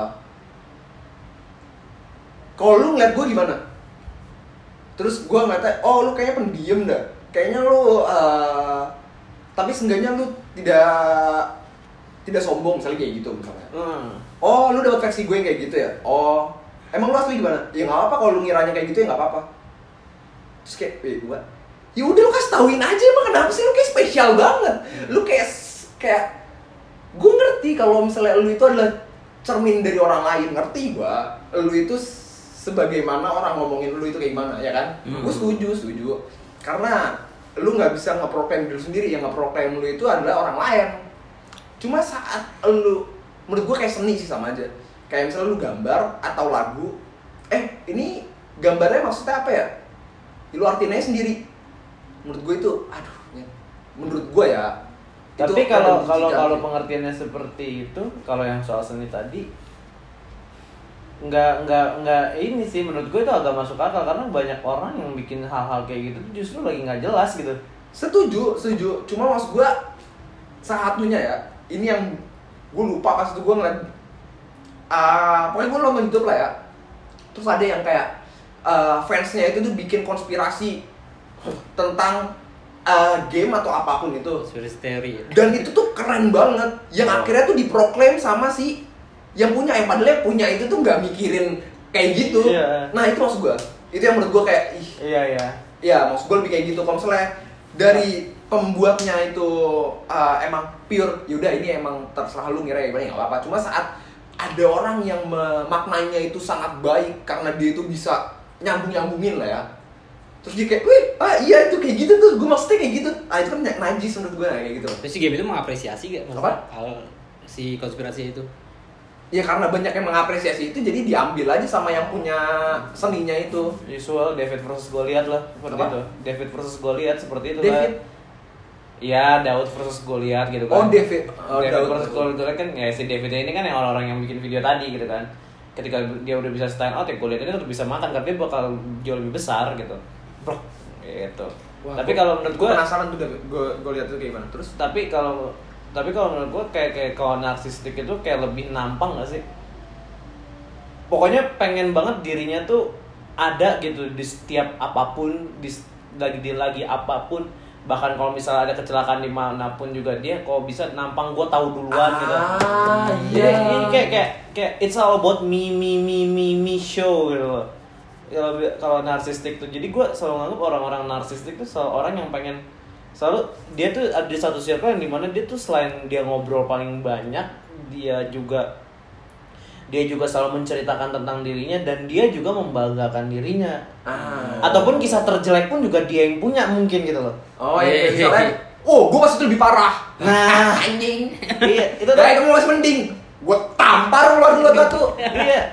kalau lu ngeliat gue gimana? Terus gue ngeliatnya, oh lu kayaknya pendiam dah. Kayaknya lu eh tapi seenggaknya lu tidak tidak sombong misalnya kayak gitu misalnya. Hmm. Oh lu dapet versi gue yang kayak gitu ya? Oh emang lu asli gimana? Ya nggak apa-apa kalau lu ngiranya kayak gitu ya nggak apa-apa. Terus kayak, eh gue, ya udah lu kasih tauin aja emang kenapa sih lu kayak spesial banget? Lu kayak kayak gue ngerti kalau misalnya lu itu adalah cermin dari orang lain, ngerti gue. Lu itu sebagaimana orang ngomongin lu itu kayak gimana, ya kan? Hmm. Gue setuju, setuju. Karena lu nggak bisa nge-proclaim diri sendiri, yang nge-proclaim lu itu adalah orang lain. Cuma saat lu, menurut gue kayak seni sih sama aja. Kayak misalnya lu gambar atau lagu, eh ini gambarnya maksudnya apa ya? Lu artiin aja sendiri. Menurut gue itu, aduh, ya. Menurut gue ya, Tapi Itu kalau ada kalau bukti kalau sih. pengertiannya seperti itu, kalau yang soal seni tadi nggak nggak nggak ini sih menurut gue itu agak masuk akal karena banyak orang yang bikin hal-hal kayak gitu tuh justru lagi nggak jelas gitu. Setuju, setuju. Cuma maksud gua salah satunya ya, ini yang gue lupa pas itu gue ngeliat uh, pokoknya gue nonton YouTube lah ya. Terus ada yang kayak uh, fansnya itu tuh bikin konspirasi tentang uh, game atau apapun itu. Conspiracy theory. Dan itu tuh keren banget. Yang Oh. akhirnya tuh diproklaim sama si yang punya, yang padahal yang punya itu tuh nggak mikirin kayak gitu. Iya. Nah itu maksud gua. Itu yang menurut gua kayak ih, Iya iya. ya maksud gua lebih kayak gitu. Kalau misalnya dari pembuatnya itu uh, emang pure, yaudah ini emang terserah lu ngira ya nggak apa-apa. Cuma saat ada orang yang memaknainya itu sangat baik karena dia itu bisa nyambung-nyambungin lah ya. Terus dia kayak, wih, ah iya itu kayak gitu tuh, gue maksudnya kayak gitu. Ah itu kan najis menurut gue kayak gitu. Terus si game itu mengapresiasi gak? Apa? Hal si konspirasi itu. Ya karena banyak yang mengapresiasi itu, jadi diambil aja sama yang punya seninya itu. Usual David versus Goliath lah seperti Apa? itu. David versus Goliath seperti itu David? kan. Iya, Daud versus Goliath gitu kan. Oh David, oh, David Daud. versus Goliath kan ya si David ini kan yang orang-orang yang bikin video tadi gitu kan. Ketika dia udah bisa stand out ya Goliath ini tetap bisa makan karena dia bakal jauh lebih besar gitu. Bro, gitu. Wah, Tapi gua- kalau menurut gua gua penasaran tuh gue gue lihat tuh kayak gimana. Terus tapi kalau tapi kalau menurut gua kayak kayak kalau narsistik itu kayak lebih nampang gak sih? Pokoknya pengen banget dirinya tuh ada gitu di setiap apapun, di lagi di lagi apapun, bahkan kalau misalnya ada kecelakaan dimanapun juga dia kalau bisa nampang gue tahu duluan gitu. Ah, Jadi iya. ini kayak kayak kayak it's all about me me me me me show gitu loh. Kalau kalau narsistik tuh, jadi gue selalu nganggap orang-orang narsistik tuh selalu orang yang pengen selalu dia tuh ada di satu circle yang dimana dia tuh selain dia ngobrol paling banyak, dia juga dia juga selalu menceritakan tentang dirinya dan dia juga membanggakan dirinya. Ah. Ataupun kisah terjelek pun juga dia yang punya mungkin gitu loh. Oh iya, misalnya, oh gue pasti lebih parah. Nah, Anjing. iya itu Nah itu masih mending. Gue tampar lu dulu satu. Iya.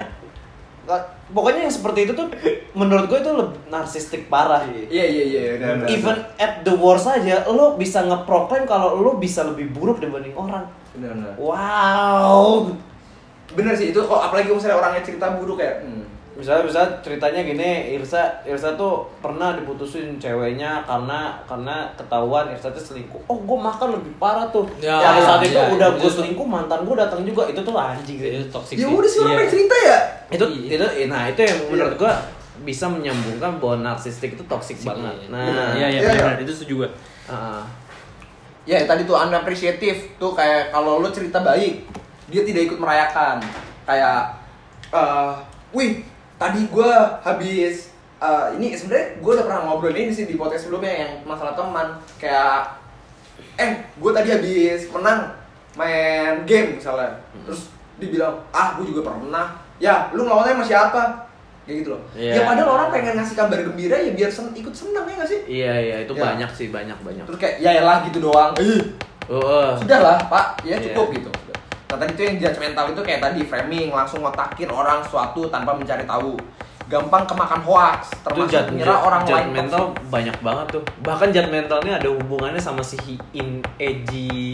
Pokoknya yang seperti itu tuh menurut gue itu lebih narsistik parah. Iya iya iya. benar, benar. Even at the worst aja, lo bisa ngeproklaim kalau lo bisa lebih buruk dibanding orang. Benar benar. Wow. Bener sih itu kok, apalagi misalnya orangnya cerita buruk kayak. Hmm. Misalnya, misalnya ceritanya gini, Irsa, Irsa tuh pernah diputusin ceweknya karena karena ketahuan Irsa tuh selingkuh. Oh, gue makan lebih parah tuh. Ya, Pada saat itu ya, udah itu gue tuh- selingkuh, mantan gue datang juga. Itu tuh anjing sih. Itu toxic Ya sih. udah sih orang Iya. pengen cerita ya. Itu Iya. itu nah itu yang menurut gue bisa menyambungkan bahwa narsistik itu toxic banget. Nah, Iya, iya, Iya, benar. iya. Itu setuju gue. ah, Ya tadi tuh unappreciative tuh kayak kalau lo cerita baik, dia tidak ikut merayakan. Kayak, eh, wih tadi gue habis eh, ini sebenarnya gue udah pernah ngobrol ini sih di podcast sebelumnya yang masalah teman. Kayak, eh gue tadi habis menang main game misalnya, terus dibilang ah gue juga pernah. Ya lu ngelawannya sama siapa? Kayak gitu loh. Iya. Ya padahal orang pengen ngasih kabar gembira ya biar sen- ikut senang ya nggak sih? iya iya itu Ya. banyak sih banyak banyak. Terus kayak ya elah gitu doang. Ih. Oh, Sudahlah pak, ya Iya. cukup gitu. Nah tadi itu yang judgmental itu kayak tadi framing, langsung ngotakin orang suatu tanpa mencari tahu. Gampang kemakan hoax, itu termasuk jad, mengira orang lain judgmental toxic. banyak banget tuh. Bahkan judgmentalnya ada hubungannya sama si hi- in edgy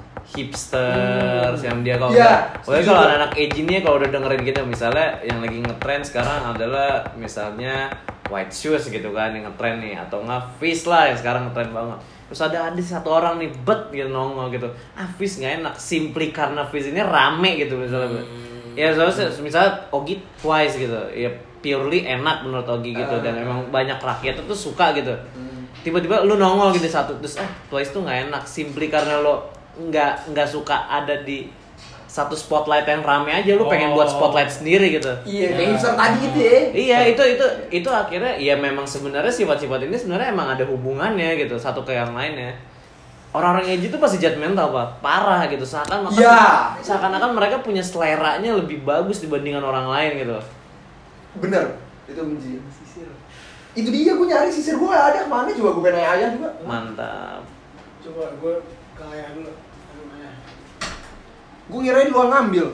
hipsters Hmm. yang dia kalau Iya, pokoknya setuju kalau gua. anak edgy nih kalau udah dengerin gitu misalnya yang lagi ngetrend sekarang adalah misalnya white shoes gitu kan yang ngetrend nih atau nggak Fizz lah yang sekarang ngetrend banget. Terus ada ada satu orang nih bet gitu nongol gitu. Ah Fizz nggak enak simply karena Fizz ini rame gitu misalnya. Hmm. Ya soalnya misalnya Ogi Twice gitu. Ya purely enak menurut Ogi gitu dan Ah. emang banyak rakyat tuh suka gitu. Hmm. Tiba-tiba lu nongol gitu satu terus ah Twice tuh nggak enak simply karena lo nggak nggak suka ada di satu spotlight yang rame aja lu pengen buat Oh. spotlight sendiri gitu. Iya, kayak Ya. hipster tadi gitu ya. Iya itu itu itu akhirnya ya memang sebenarnya sifat-sifat ini sebenarnya emang ada hubungannya gitu satu ke yang lainnya. Orang-orang edgy itu pasti judgmental pak, parah gitu seakan maka Iya. seakan-akan mereka punya seleranya lebih bagus dibandingkan orang lain gitu. Bener, itu benci. Itu dia gue nyari sisir gue gak ada kemana coba gue pengen nanya ayah juga. Mantap. Coba gue ke ayah dulu. Aduh, ayah. Gue ngirain lu ngambil.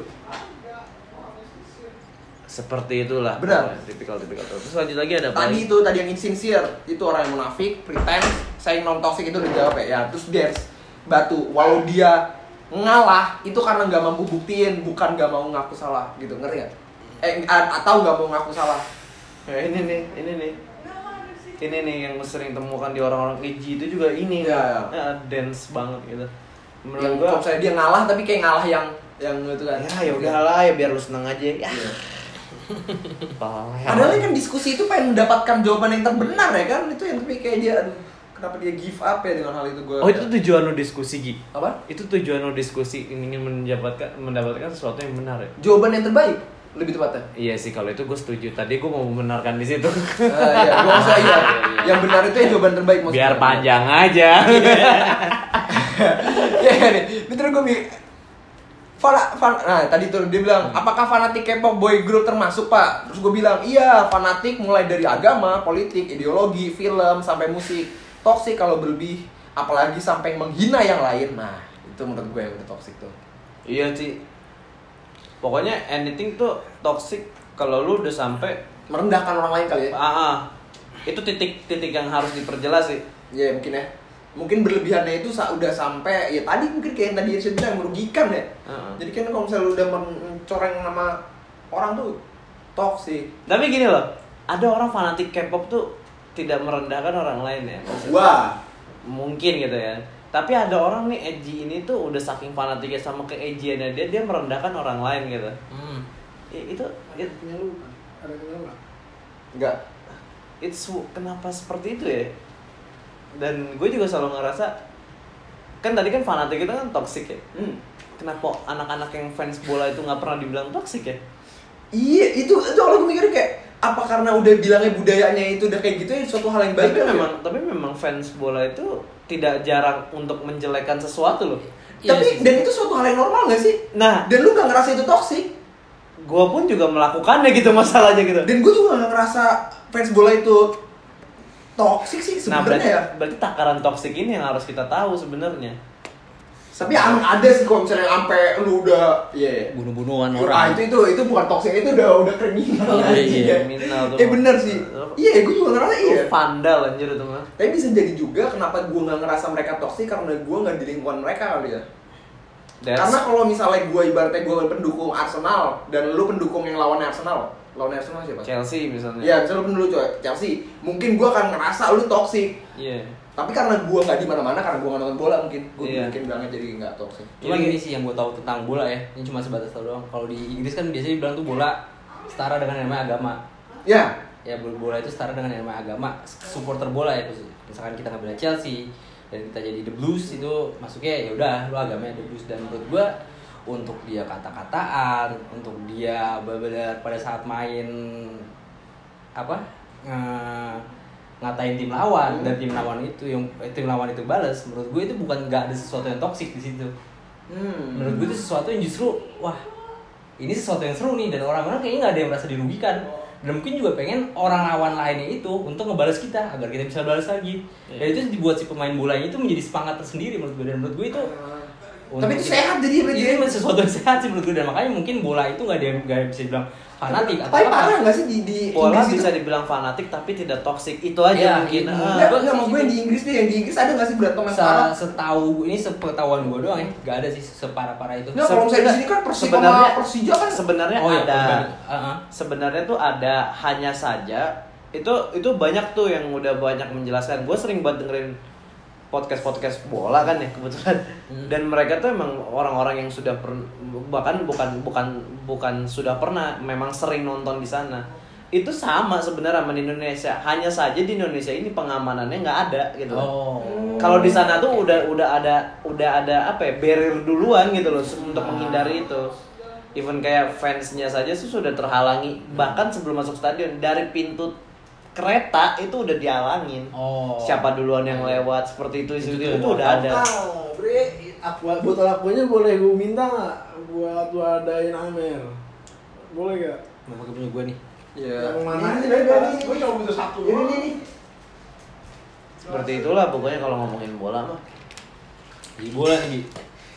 Seperti itulah. Benar. pokoknya, Tipikal-tipikal. Terus lanjut lagi ada apa? Tadi lagi? itu tadi yang insincere itu orang yang munafik, pretend, saying non toxic itu udah jawab ya. Ya, terus there's batu. Walau dia ngalah itu karena nggak mampu buktiin, bukan nggak mau ngaku salah gitu, ngerti nggak? Eh atau nggak mau ngaku salah. Ya, ini nih, ini nih. Ini nih yang sering temukan di orang-orang edgy itu juga ini. Ya, ya. ya dance banget gitu. Menurut yang gua kalau saya dia ngalah tapi kayak ngalah yang yang itu kan. Ya ya udahlah ya biar lu seneng aja. Ya. Iya. Padahal Padahal kan diskusi itu pengen mendapatkan jawaban yang terbenar ya kan, itu yang tapi kayak dia aduh kenapa dia give up ya dengan hal itu gue. Oh itu tujuan lo diskusi Gi? Apa? Itu tujuan lo diskusi ingin mendapatkan mendapatkan sesuatu yang benar ya? Jawaban yang terbaik lebih tepatnya. Iya sih kalau itu gue setuju. Tadi gue mau membenarkan di situ. Uh, iya, gue maksudnya iya. Yang benar itu yang jawaban terbaik maksudnya. Biar panjang aja. Ya nih, ini terus gue bi- Fana, fan, nah tadi tuh dia bilang, apakah fanatik K-pop boy group termasuk pak? Terus gue bilang, iya fanatik mulai dari agama, politik, ideologi, film, sampai musik. Toksik kalau berlebih, apalagi sampai menghina yang lain. Nah itu menurut gue yang udah toksik tuh. iya sih. Pokoknya anything tuh toxic kalau lu udah sampai Merendahkan orang lain kali ya. ah, ah. Itu titik-titik yang harus diperjelas sih. Iya mungkin ya. Mungkin berlebihannya itu sa- udah sampai ya tadi mungkin kayak yang tadi saya bilang merugikan ya. Uh-uh. Jadi kan kalau misalnya lu udah mencoreng nama orang tuh toksik. Tapi gini loh, ada orang fanatik K-pop tuh tidak merendahkan orang lain ya. Maksudnya. Wah. Mungkin gitu ya. Tapi ada orang nih edgy ini tuh udah saking fanatiknya sama ke-edgyannya dia, dia merendahkan orang lain gitu. Hmm. I- itu it, Punya lu kan? Ada punya lu nggak? Enggak. it's kenapa seperti itu ya? Dan gue juga selalu ngerasa kan tadi kan fanatik itu kan toxic ya. Hmm. Kenapa anak-anak yang fans bola itu nggak pernah dibilang toxic ya? Iya, itu itu kalau gue mikir kayak apa karena udah bilangnya budayanya itu udah kayak gitu ya suatu hal yang baik Tapi kan, memang tapi memang fans bola itu tidak jarang untuk menjelekkan sesuatu loh. ya? Tapi Iya sih. dan itu suatu hal yang normal gak sih? Nah, Dan lu gak ngerasa itu toksik. gue pun juga melakukannya gitu masalahnya gitu. Dan gue juga gak ngerasa fans bola itu toksik sih Nah, sebenarnya berarti, ya. berarti takaran toksik ini yang harus kita tahu sebenarnya. Tapi emang ada sih kalau misalnya sampai lu udah iya yeah. Bunuh-bunuhan Ah, orang. itu itu itu bukan toksik, itu udah udah kriminal. Iya, anjing, iya, ya. kriminal tuh. Eh bener sih. Iya, gue juga ngerasa iya. Itu vandal anjir itu mah. Tapi bisa jadi juga kenapa gue nggak ngerasa mereka toksik karena gue nggak di lingkungan mereka kali ya. That's- Karena kalau misalnya gue ibaratnya gue pendukung Arsenal dan lu pendukung yang lawan Arsenal, lawan Arsenal siapa? Chelsea misalnya. Ya, misalnya lu pendukung coy, Chelsea, mungkin gue akan ngerasa lu toksik. Iya. Tapi karena gue nggak di mana-mana, karena gue nggak nonton bola mungkin, gue Iya. mungkin bilangnya jadi nggak toksik. Cuman Jadi- gini sih yang gue tahu tentang bola ya, ini cuma sebatas tahu doang. Kalau di Inggris kan biasanya dibilang tuh bola setara dengan yang namanya agama. Ya, Ya bola itu setara dengan yang namanya agama. Supporter bola ya, misalkan kita ngambil Chelsea dan kita jadi The Blues itu masuknya ya udah lu agamanya The Blues. Dan menurut gue untuk dia kata-kataan, untuk dia benar pada saat main apa nge- ngatain tim lawan dan tim lawan itu yang eh, tim lawan itu balas, menurut gue itu bukan nggak ada sesuatu yang toksik di situ. hmm. Menurut gue itu sesuatu yang justru wah ini sesuatu yang seru nih dan orang-orang kayaknya nggak ada yang merasa dirugikan dan mungkin juga pengen orang lawan lainnya itu untuk ngebalas kita agar kita bisa balas lagi. Dan itu dibuat si pemain bolanya itu menjadi semangat tersendiri menurut gue dan menurut gue itu untuk Tapi itu kita- sehat jadi berarti Itu ya? sesuatu yang sehat sih menurut gue dan makanya mungkin bola itu nggak ada yang nggak bisa dibilang fanatik atau Tapi apa. parah nggak sih di di Bola Inggris bisa itu? dibilang fanatik tapi tidak toksik. Itu aja Iya, mungkin. iya. Ah. Enggak, Gua- enggak mau gue yang di Inggris deh, yang di Inggris ada nggak sih berantem yang Se- parah? setahu ini sepengetahuan gue doang ya nggak ada sih separah-parah itu. Nggak, kalau misalnya di sini kan Persib Sebenarnya- sama Persija kan sebenarnya Oh iya, ada. berbanding. Uh-uh. Sebenarnya tuh ada, hanya saja itu itu banyak tuh yang udah banyak menjelaskan. Gue sering banget dengerin podcast podcast bola kan ya kebetulan. Hmm. Dan mereka tuh emang orang-orang yang sudah per, bahkan bukan bukan bukan sudah pernah, memang sering nonton di sana. Itu sama sebenarnya sama di Indonesia. Hanya saja di Indonesia ini pengamanannya nggak ada gitu. Oh. Kalau di sana tuh udah udah ada udah ada apa ya, barrier duluan gitu loh untuk menghindari itu. Even kayak fansnya saja tuh sudah terhalangi bahkan sebelum masuk stadion, dari pintu kereta itu udah dihalangin. Oh. Siapa duluan yang lewat seperti itu itu, Itu itu, tuh udah ada. Ah, bre, aqua, botol aquanya boleh gue minta nggak buat lu adain Amer? Boleh gak? Mau pakai punya gue nih. Iya. Yang mana Ini, aja ini, bebas. ini. Gue cuma butuh satu. Ini ini ini. Seperti itulah pokoknya kalau ngomongin bola mah. Di bola nih. Bi.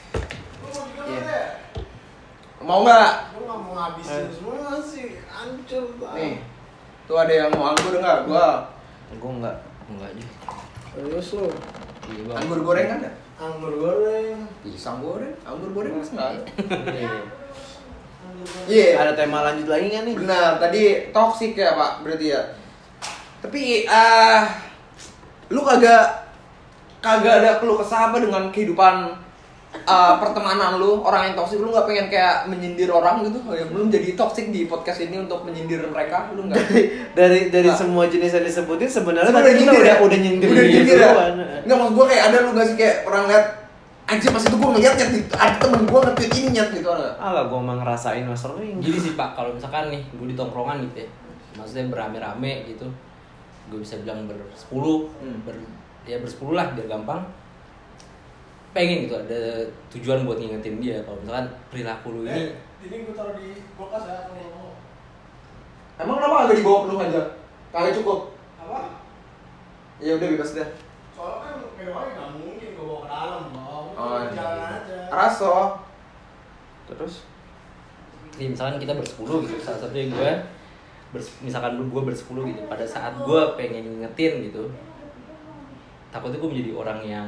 Iya. Mau nggak? Gue nggak mau ngabisin semua sih, hancur. Bang. Nih, tuh ada yang mau anggur nggak? Gua. Gue enggak. Enggak aja. Serius lo? Iya, Bang. Anggur goreng kan ada? Anggur goreng. Pisang goreng, anggur goreng masa nggak ada? Iya. Iya. Ada tema lanjut lagi nggak nih? Benar, tadi toxic ya Pak, berarti ya. Tapi ah lu kagak kagak ada keluh kesah apa dengan kehidupan uh, pertemanan lu, orang yang toksik, lu nggak pengen kayak menyindir orang gitu? Oh, ya, belum jadi toksik di podcast ini untuk menyindir mereka, lu nggak? dari dari Nah. semua jenis yang disebutin sebenarnya Sebenarnya tadi kita nyindir udah ya? udah nyindir Udah dia nyindir ya? duluan. Nggak, maksud gue kayak ada lu gak sih kayak orang liat anjir pas itu gue ngeliat nyet gitu, ada temen gue nge-tweet ini nyet gitu ada. Alah, gue emang ngerasain mas sering. Gini sih Pak, kalau misalkan nih gue di tongkrongan gitu ya, maksudnya berame-rame gitu, gue bisa bilang bersepuluh, Hmm. ber, ya bersepuluh lah biar gampang. Pengen gitu ada tujuan buat ngingetin dia kalau misalkan perilaku lu ini. Ini gue taruh di kulkas ya kalau mau. Emang kenapa agak dibawa penuh aja? Kagak cukup? Apa? Ya udah bebas deh. Soalnya kan minumannya nggak mungkin gue bawa ke dalam, Bang. Oh, Itu jalan aja. Raso. Terus? Jadi misalkan kita bersepuluh gitu, salah satunya gue bers- misalkan lu gue bersepuluh gitu, pada saat gue pengen ngingetin gitu, takutnya gue menjadi orang yang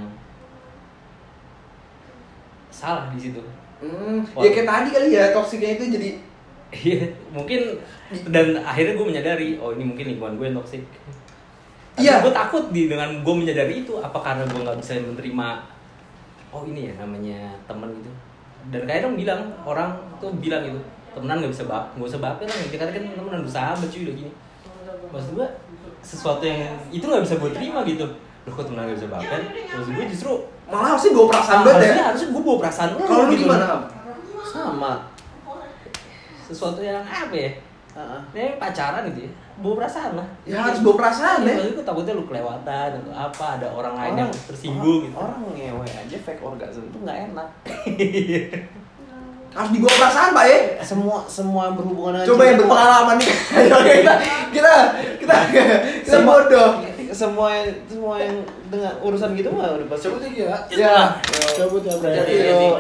salah di situ. Hmm, Wah. ya kayak tadi kali ya toksiknya itu jadi Iya, mungkin dan akhirnya gue menyadari, oh ini mungkin lingkungan gue yang toksik. Iya. Gue takut di dengan gue menyadari itu, apa karena gue nggak bisa menerima, oh ini ya namanya teman gitu. Dan kadang bilang orang tuh bilang gitu, temenan nggak bisa bak, nggak usah baper lah. Kita kan temenan udah sahabat cuy udah gini. Maksud gue sesuatu yang itu nggak bisa gue terima gitu. Loh kok temenan nggak bisa baper? Maksud gue justru malah harusnya bawa perasaan banget ya. harusnya harusnya gue bawa perasaan lu. Kalau lu gitu. gimana? Am? Sama. Sesuatu yang apa ya? Heeh. Ini pacaran gitu ya, bawa perasaan lah. Ya harus bawa perasaan Iya, ya. maksudnya gue takutnya lu kelewatan atau apa, ada orang lain yang Orang- tersinggung gitu. Orang ngewe aja fake orgasm itu nggak enak. Harus dibawa perasaan Pak ya. Semua semua yang berhubungan dengan Coba yang cinta- berpengalaman nih. Ayo kita kita kita kita Semua- bodoh. semua yang semua yang dengan urusan gitu mah udah pasti. Cabut aja ya. Ya. Cabut ya, Bre. Jadi, Iya. jadi,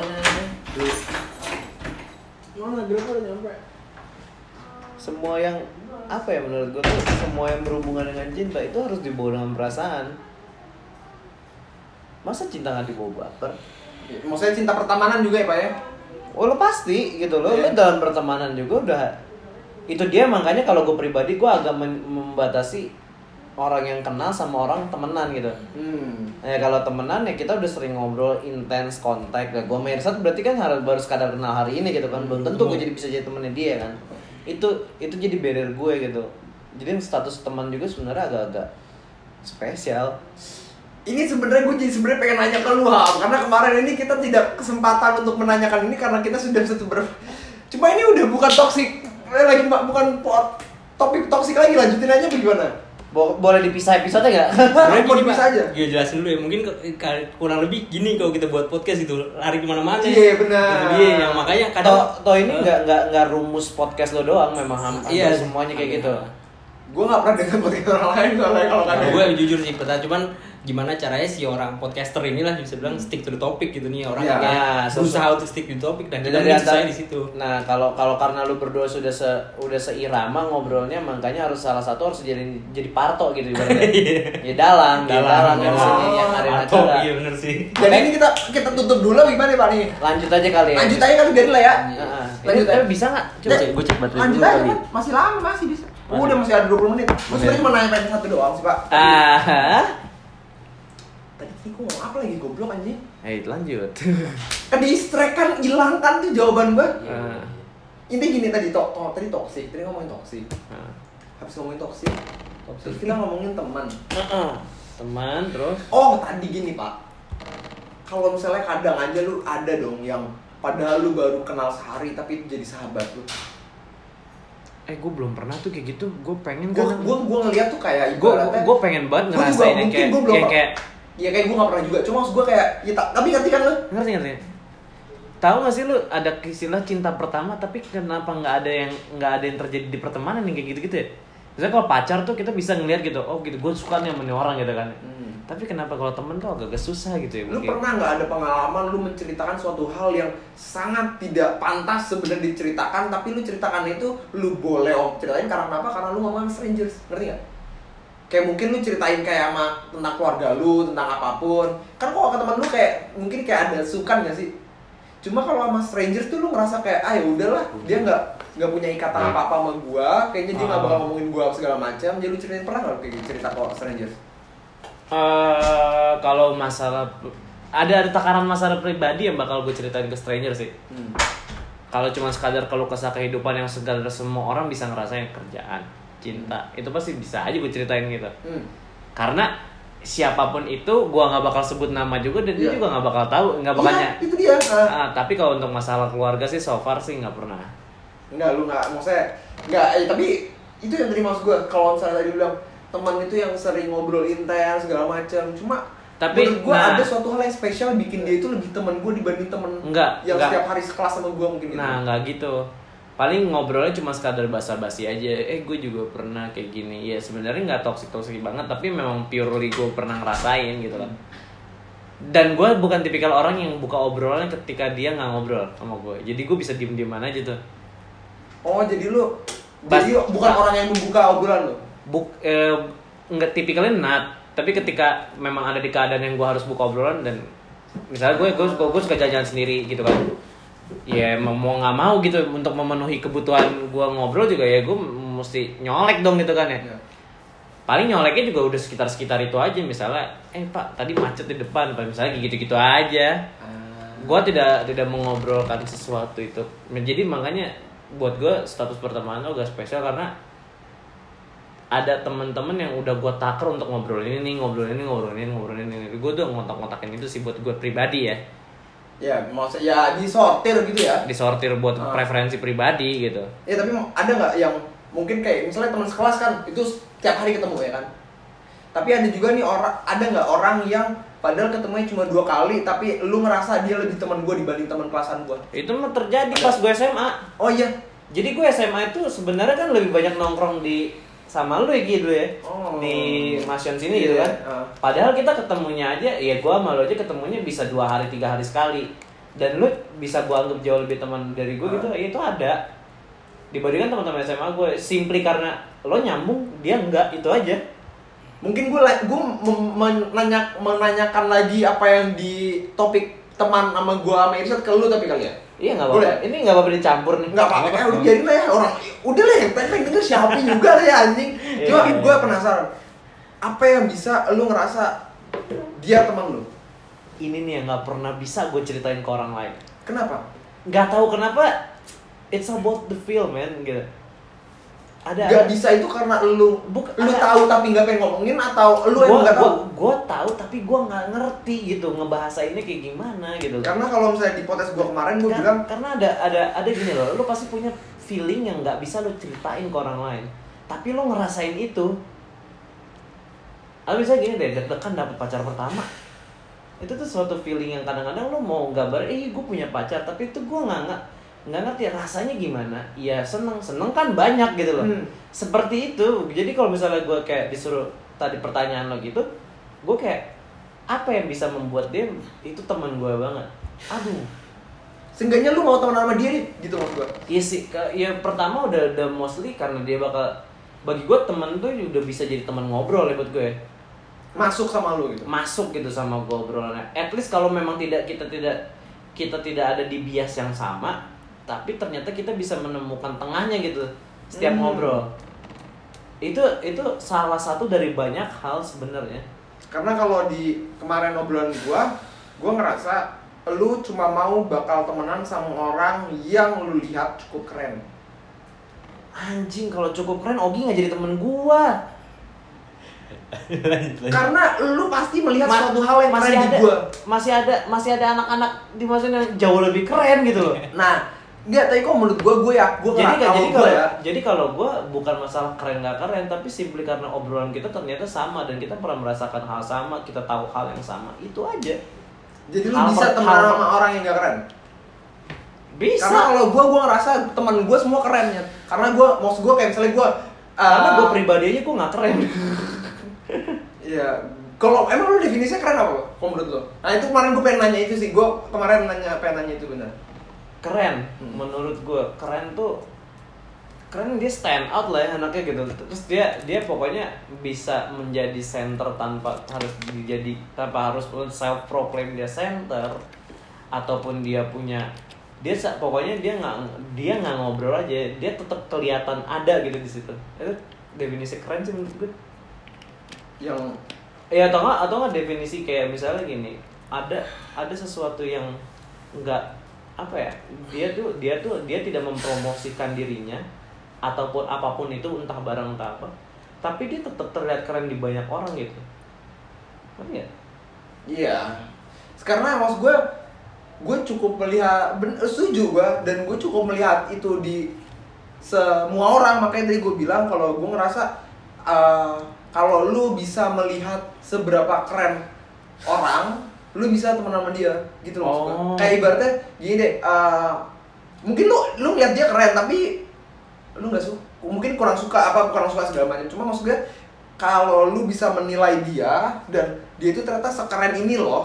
Mana Grab udah nyampe? Semua yang apa ya menurut gue tuh semua yang berhubungan dengan cinta itu harus dibawa dengan perasaan. Masa cinta nggak dibawa baper? Maksudnya cinta pertemanan juga ya Pak ya. Oh lo pasti gitu loh, Iya. lo dalam pertemanan juga udah itu dia makanya kalau gue pribadi gue agak men- membatasi orang yang kenal sama orang temenan gitu. Hmm. Ya kalau temenan ya kita udah sering ngobrol intens kontak. Nah, gue sama Irsat berarti kan harus baru sekadar kenal hari ini gitu kan. Belum tentu gue jadi bisa jadi temennya dia kan. Itu itu jadi barrier gue gitu. Jadi status teman juga sebenarnya agak-agak spesial. Ini sebenarnya gue jadi sebenarnya pengen nanya ke lu Ham, karena kemarin ini kita tidak kesempatan untuk menanyakan ini karena kita sudah satu ber. Cuma ini udah bukan toksik, eh, lagi bukan po- topik toksik lagi, lanjutin aja bagaimana? Bo- boleh dipisah episode nggak? sebenarnya Mau gini dipisah Pak, aja? gue jelasin dulu ya. Mungkin ke- ka- kurang lebih gini kalau kita buat podcast gitu, lari kemana-mana. Iya, benar. Itu dia yang makanya kadang. Toh, toh ini nggak nggak nggak rumus podcast lo doang, memang hampir Iya, semuanya kayak gitu. Gue nggak pernah dengar podcast orang lain soalnya kalau kan. Gue jujur sih, peta cuman gimana caranya si orang podcaster inilah bisa bilang stick to the topic gitu nih orang Ya, yang kayak nah, berusaha untuk stick to the topic dan kita Dari mungkin antara- susahnya di situ. Nah, kalau kalau karena lu berdua sudah se udah seirama ngobrolnya, makanya harus salah satu harus jadi jadi parto gitu ibaratnya. Ya dalang, ya dalang yang dalang. sini yang arena Atau juga. iya bener sih. Jadi ini kita kita tutup dulu gimana Pak nih? Lanjut aja kali ya. Lanjut aja kali biarin lah ya. Heeh. Lanjut Ini- aja. eh, bisa nggak? Coba Ya, cek, gue cek baterai Lanjut dulu aja kali. kan, masih lama masih bisa. Masih. Udah masih ada dua puluh menit. Gue sebenarnya cuma nanya pengen satu doang sih Pak. Ah. Tadi tadi gue ngomong apa lagi goblok anjing? Eh, lanjut. Ke distract kan hilangkan tuh jawaban gue. Ah. Intinya gini tadi to, to tadi toksik, tadi ngomongin toksik. Ah. Habis ngomongin toksik, terus kita ngomongin teman. Heeh. Teman terus Oh tadi gini Pak, kalau misalnya kadang aja lu ada dong yang padahal lu baru kenal sehari tapi jadi sahabat lu. Eh gue belum pernah tuh kayak gitu. Gue pengen Gue kan. gue gue ngeliat tuh kayak Gue ibaratnya- gue pengen banget Gua juga ngerasain yang mungkin kayak gua belum yang per- kayak ya kayak gue gak pernah juga, cuma maksud gue kayak ya tak, tapi ngerti kan lu? ngerti ngerti. Tahu gak sih lu ada istilah cinta pertama tapi kenapa nggak ada yang nggak ada yang terjadi di pertemanan yang kayak gitu-gitu ya? Misalnya kalau pacar tuh kita bisa ngeliat gitu, oh gitu gue suka nih sama nih orang gitu kan. Hmm. Tapi kenapa kalau temen tuh agak-agak susah gitu ya? Lu mungkin. pernah nggak ada pengalaman lu menceritakan suatu hal yang sangat tidak pantas sebenarnya diceritakan, tapi lu ceritakan itu lu boleh om ceritain karena kenapa? Karena lu ngomong sama strangers, ngerti nggak? kayak mungkin lu ceritain kayak sama tentang keluarga lu, tentang apapun. Kan kok ke teman lu kayak mungkin kayak ada sukan gak sih? Cuma kalau sama strangers tuh lu ngerasa kayak ah ya udahlah, dia nggak nggak punya ikatan apa-apa sama gua, kayaknya dia nggak bakal ngomongin gua segala macam. Jadi lu ceritain pernah nggak kayak gitu cerita ke strangers? Uh, kalau masalah ada ada takaran masalah pribadi yang bakal gue ceritain ke stranger sih. Hmm. Kalau cuma sekadar kalau kesah kehidupan yang sekadar semua orang bisa ngerasain kerjaan, cinta, hmm. itu pasti bisa aja gue ceritain gitu. Hmm. Karena siapapun itu gue nggak bakal sebut nama juga dan yeah. dia juga nggak bakal tahu, nggak bakalnya. Yeah, itu dia. Uh. Uh, tapi kalau untuk masalah keluarga sih so far sih nggak pernah. Enggak, lu nggak, maksudnya nggak. Eh, tapi itu yang tadi maksud gue. Kalau misalnya tadi bilang teman itu yang sering ngobrol intens segala macam, cuma tapi menurut gue nah, ada suatu hal yang spesial bikin dia itu lebih teman gue dibanding temen enggak, yang enggak. setiap hari sekelas sama gue mungkin. Nah gitu. Nggak gitu, paling ngobrolnya cuma sekadar basa-basi aja. Eh gue juga pernah kayak gini. Ya sebenarnya nggak toksik toksik banget, tapi memang purely gue pernah ngerasain gitu kan. Dan gue bukan tipikal orang yang buka obrolan ketika dia nggak ngobrol sama gue. Jadi gue bisa diem dieman aja tuh. Oh jadi lu Bas, jadi bukan nah, orang yang membuka obrolan lu? Buk, eh, nggak tipikalnya nat. Tapi ketika memang ada di keadaan yang gue harus buka obrolan dan misalnya gue gue gue suka jalan-jalan sendiri gitu kan, ya mau nggak mau gitu untuk memenuhi kebutuhan gue ngobrol juga ya gue mesti nyolek dong gitu kan ya. Ya. Paling nyoleknya juga udah sekitar-sekitar itu aja, misalnya eh pak tadi macet di depan pak, misalnya gitu-gitu aja. Hmm. Gue tidak tidak mengobrolkan sesuatu itu. Jadi makanya buat gue status pertemanan agak spesial karena ada teman-teman yang udah gue taker untuk ngobrolin ini, ngobrolin ini, ngobrolin ini, ngobrolin ini. Gue udah ngontak-ngontakin itu sih buat gue pribadi ya. Ya, maksudnya ya disortir gitu ya. Disortir buat uh. preferensi pribadi gitu. Ya tapi ada nggak yang mungkin kayak misalnya teman sekelas kan itu tiap hari ketemu ya kan. Tapi ada juga nih orang, ada nggak orang yang padahal ketemunya cuma dua kali tapi lu ngerasa dia lebih teman gue dibanding teman kelasan gue. Itu mah terjadi pas gue S M A. Oh iya. Jadi gue S M A itu sebenarnya kan lebih banyak nongkrong di sama lu ya gitu ya, oh. di Masion sini gitu kan. Uh. Padahal kita ketemunya aja, ya gue sama lu aja ketemunya bisa dua hari tiga hari sekali. Dan lu bisa gue anggap jauh lebih teman dari gue uh. gitu, ya itu ada. Dibandingkan teman-teman S M A gue, simply karena lo nyambung, dia enggak, itu aja. Mungkin gue gue menanya, menanyakan lagi apa yang di topik teman sama gue sama Irsyad ke lu tapi kali ya. Iya nggak apa-apa. Ini nggak apa-apa dicampur nih. Nggak apa-apa. Eh, udah biarin lah ya orang. Udah lah yang pengen denger siapa juga lah ya anjing. Cuma gue penasaran. Apa yang bisa lu ngerasa dia teman lu? Ini nih yang nggak pernah bisa gue ceritain ke orang lain. Kenapa? Nggak tahu kenapa. It's about the feel man gitu. Ada. Gak bisa itu karena lu Buk, lu ada. Tahu tapi nggak pengen ngomongin atau lu gua, yang nggak tahu? Gue tahu tapi gue nggak ngerti gitu ngebahasainnya kayak gimana gitu. Karena kalau misalnya di podcast gue kemarin gue Kar- bilang karena ada ada ada gini loh, lu pasti punya feeling yang nggak bisa lu ceritain ke orang lain, tapi lu ngerasain itu. Atau misalnya gini deh, deg-degan dapet pacar pertama, itu tuh suatu feeling yang kadang-kadang lu mau gambar, eh gue punya pacar, tapi itu gue nggak nggak nggak ngerti rasanya gimana. Ya seneng seneng kan banyak gitu loh. Hmm. Seperti itu. Jadi kalau misalnya gue kayak disuruh tadi pertanyaan lo gitu, gue kayak apa yang bisa membuat dia itu teman gue banget. Aduh. Seenggaknya lu mau teman sama dia nih, gitu maksud gue. Iya sih. Ya pertama udah udah mostly karena dia bakal, bagi gue teman tuh udah bisa jadi teman ngobrol ya buat gue. Masuk sama lu gitu. Masuk gitu sama gue obrolannya. At least kalau memang tidak kita tidak kita tidak ada di bias yang sama, tapi ternyata kita bisa menemukan tengahnya gitu setiap hmm. ngobrol. Itu itu salah satu dari banyak hal sebenarnya. Karena kalau di kemarin obrolan gua, gua ngerasa lu cuma mau bakal temenan sama orang yang lu lihat cukup keren. Anjing, kalau cukup keren Ogi nggak jadi temen gua. Karena lu pasti melihat Ma- suatu hal yang masih keren ada, di gua. Masih ada masih ada anak-anak di masa yang jauh lebih keren gitu loh. Nah, enggak, tapi kok menurut gue, gue ya, gue jadi ngerasa jadi gue kalau ya. Jadi kalau gue bukan masalah keren nggak keren, tapi simply karena obrolan kita ternyata sama dan kita pernah merasakan hal sama, kita tahu hal yang sama, itu aja. Jadi lu bisa teman sama orang yang nggak keren? Bisa. Karena kalau gue, gue ngerasa teman gue semua keren ya. Karena gue, maksud gue kayak misalnya gue, uh, karena gue pribadi aja gue nggak keren. Iya. Kalau emang lu definisinya keren apa? Kalau menurut lo? Nah itu kemarin gue pengen nanya itu sih, gue kemarin nanya pengen nanya itu benar. Keren, hmm. menurut gue keren tuh keren, dia stand out lah ya anaknya gitu. Terus dia dia pokoknya bisa menjadi center tanpa harus jadi tanpa harus self proclaim dia center, ataupun dia punya dia pokoknya dia nggak dia nggak ngobrol aja, dia tetap kelihatan ada gitu di situ. Itu definisi keren sih menurut gue. Yang ya atau nggak atau nggak definisi kayak misalnya gini, ada ada sesuatu yang nggak apa ya, dia tuh dia tuh dia tidak mempromosikan dirinya ataupun apapun itu, entah barang entah apa, tapi dia tetap terlihat keren di banyak orang gitu. Ngerti ya? iya. Karena maksud gue, gue cukup melihat, ben, setuju gue, dan gue cukup melihat itu di semua orang. Makanya tadi gue bilang kalau gue ngerasa uh, kalau lu bisa melihat seberapa keren orang, lu bisa teman sama dia gitu loh. Maksud gue. Oh. Kayak ibaratnya gini deh, uh, mungkin lu lu ngeliat dia keren tapi lu nggak suka, mungkin kurang suka apa kurang suka segala macam. Cuma maksud gue kalau lu bisa menilai dia dan dia itu ternyata sekeren ini loh,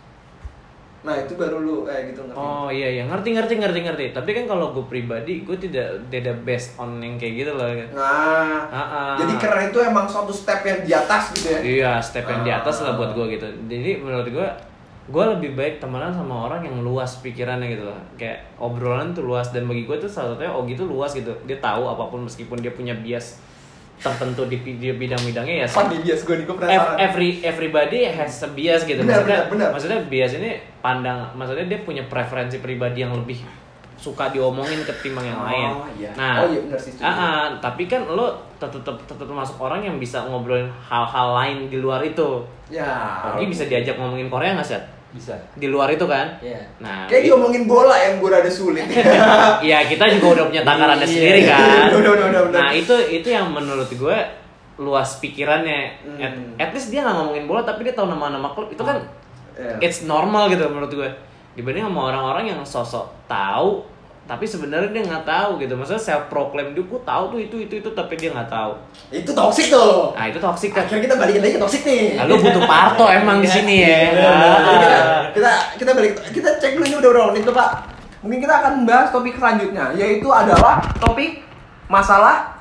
nah itu baru lu eh gitu ngerti. Oh iya iya, ngerti ngerti ngerti ngerti. Tapi kan kalau gue pribadi, gue tidak tidak based on yang kayak gitu loh. Nah, Ah, ah. jadi keren itu emang suatu step yang di atas gitu ya. Iya, step yang di atas lah buat gue gitu. Jadi menurut gue, gue lebih baik temenan sama orang yang luas pikirannya gitu loh. Kayak obrolan tuh luas, dan bagi gue tuh salah satunya Ogi tuh luas gitu. Dia tahu apapun meskipun dia punya bias tertentu di video bidang-bidangnya ya. Apa nih bias gue nih, gue Ev- penasaran. Every everybody has a bias gitu. Benar, Maksudnya, benar, benar. maksudnya bias ini pandang, maksudnya dia punya preferensi pribadi yang lebih suka diomongin ketimbang yang Oh, lain. iya. Nah, Oh, iya, benar sih, setuju. ah, ah, tapi kan lo tetap tetap termasuk orang yang bisa ngobrolin hal-hal lain di luar itu. Ya. Ogi bisa diajak ngomongin Korea nggak sih? Bisa. Di luar itu kan? Iya. Nah, Kayak diomongin bola yang gue rada sulit. iya kita juga udah punya takarannya Iya. sendiri kan. Udah, udah, udah, udah. Nah itu itu yang menurut gue luas pikirannya. Hmm. At, at least dia nggak ngomongin bola tapi dia tahu nama-nama klub itu kan. Iya. It's normal gitu menurut gue. Dibanding sama orang-orang yang sosok tahu tapi sebenarnya dia nggak tahu gitu. Maksudnya self proclaim dia, gue tahu tuh itu itu itu tapi dia nggak tahu. Itu toxic tuh. Nah itu toksik kan. Akhirnya kita balikin lagi ke toxic nih. Lalu butuh Parto emang di sini ya. Jadi Ah. kita, kita kita balik kita cek dulu ini udah berapa menit tuh Pak. Mungkin kita akan membahas topik selanjutnya, yaitu adalah topik masalah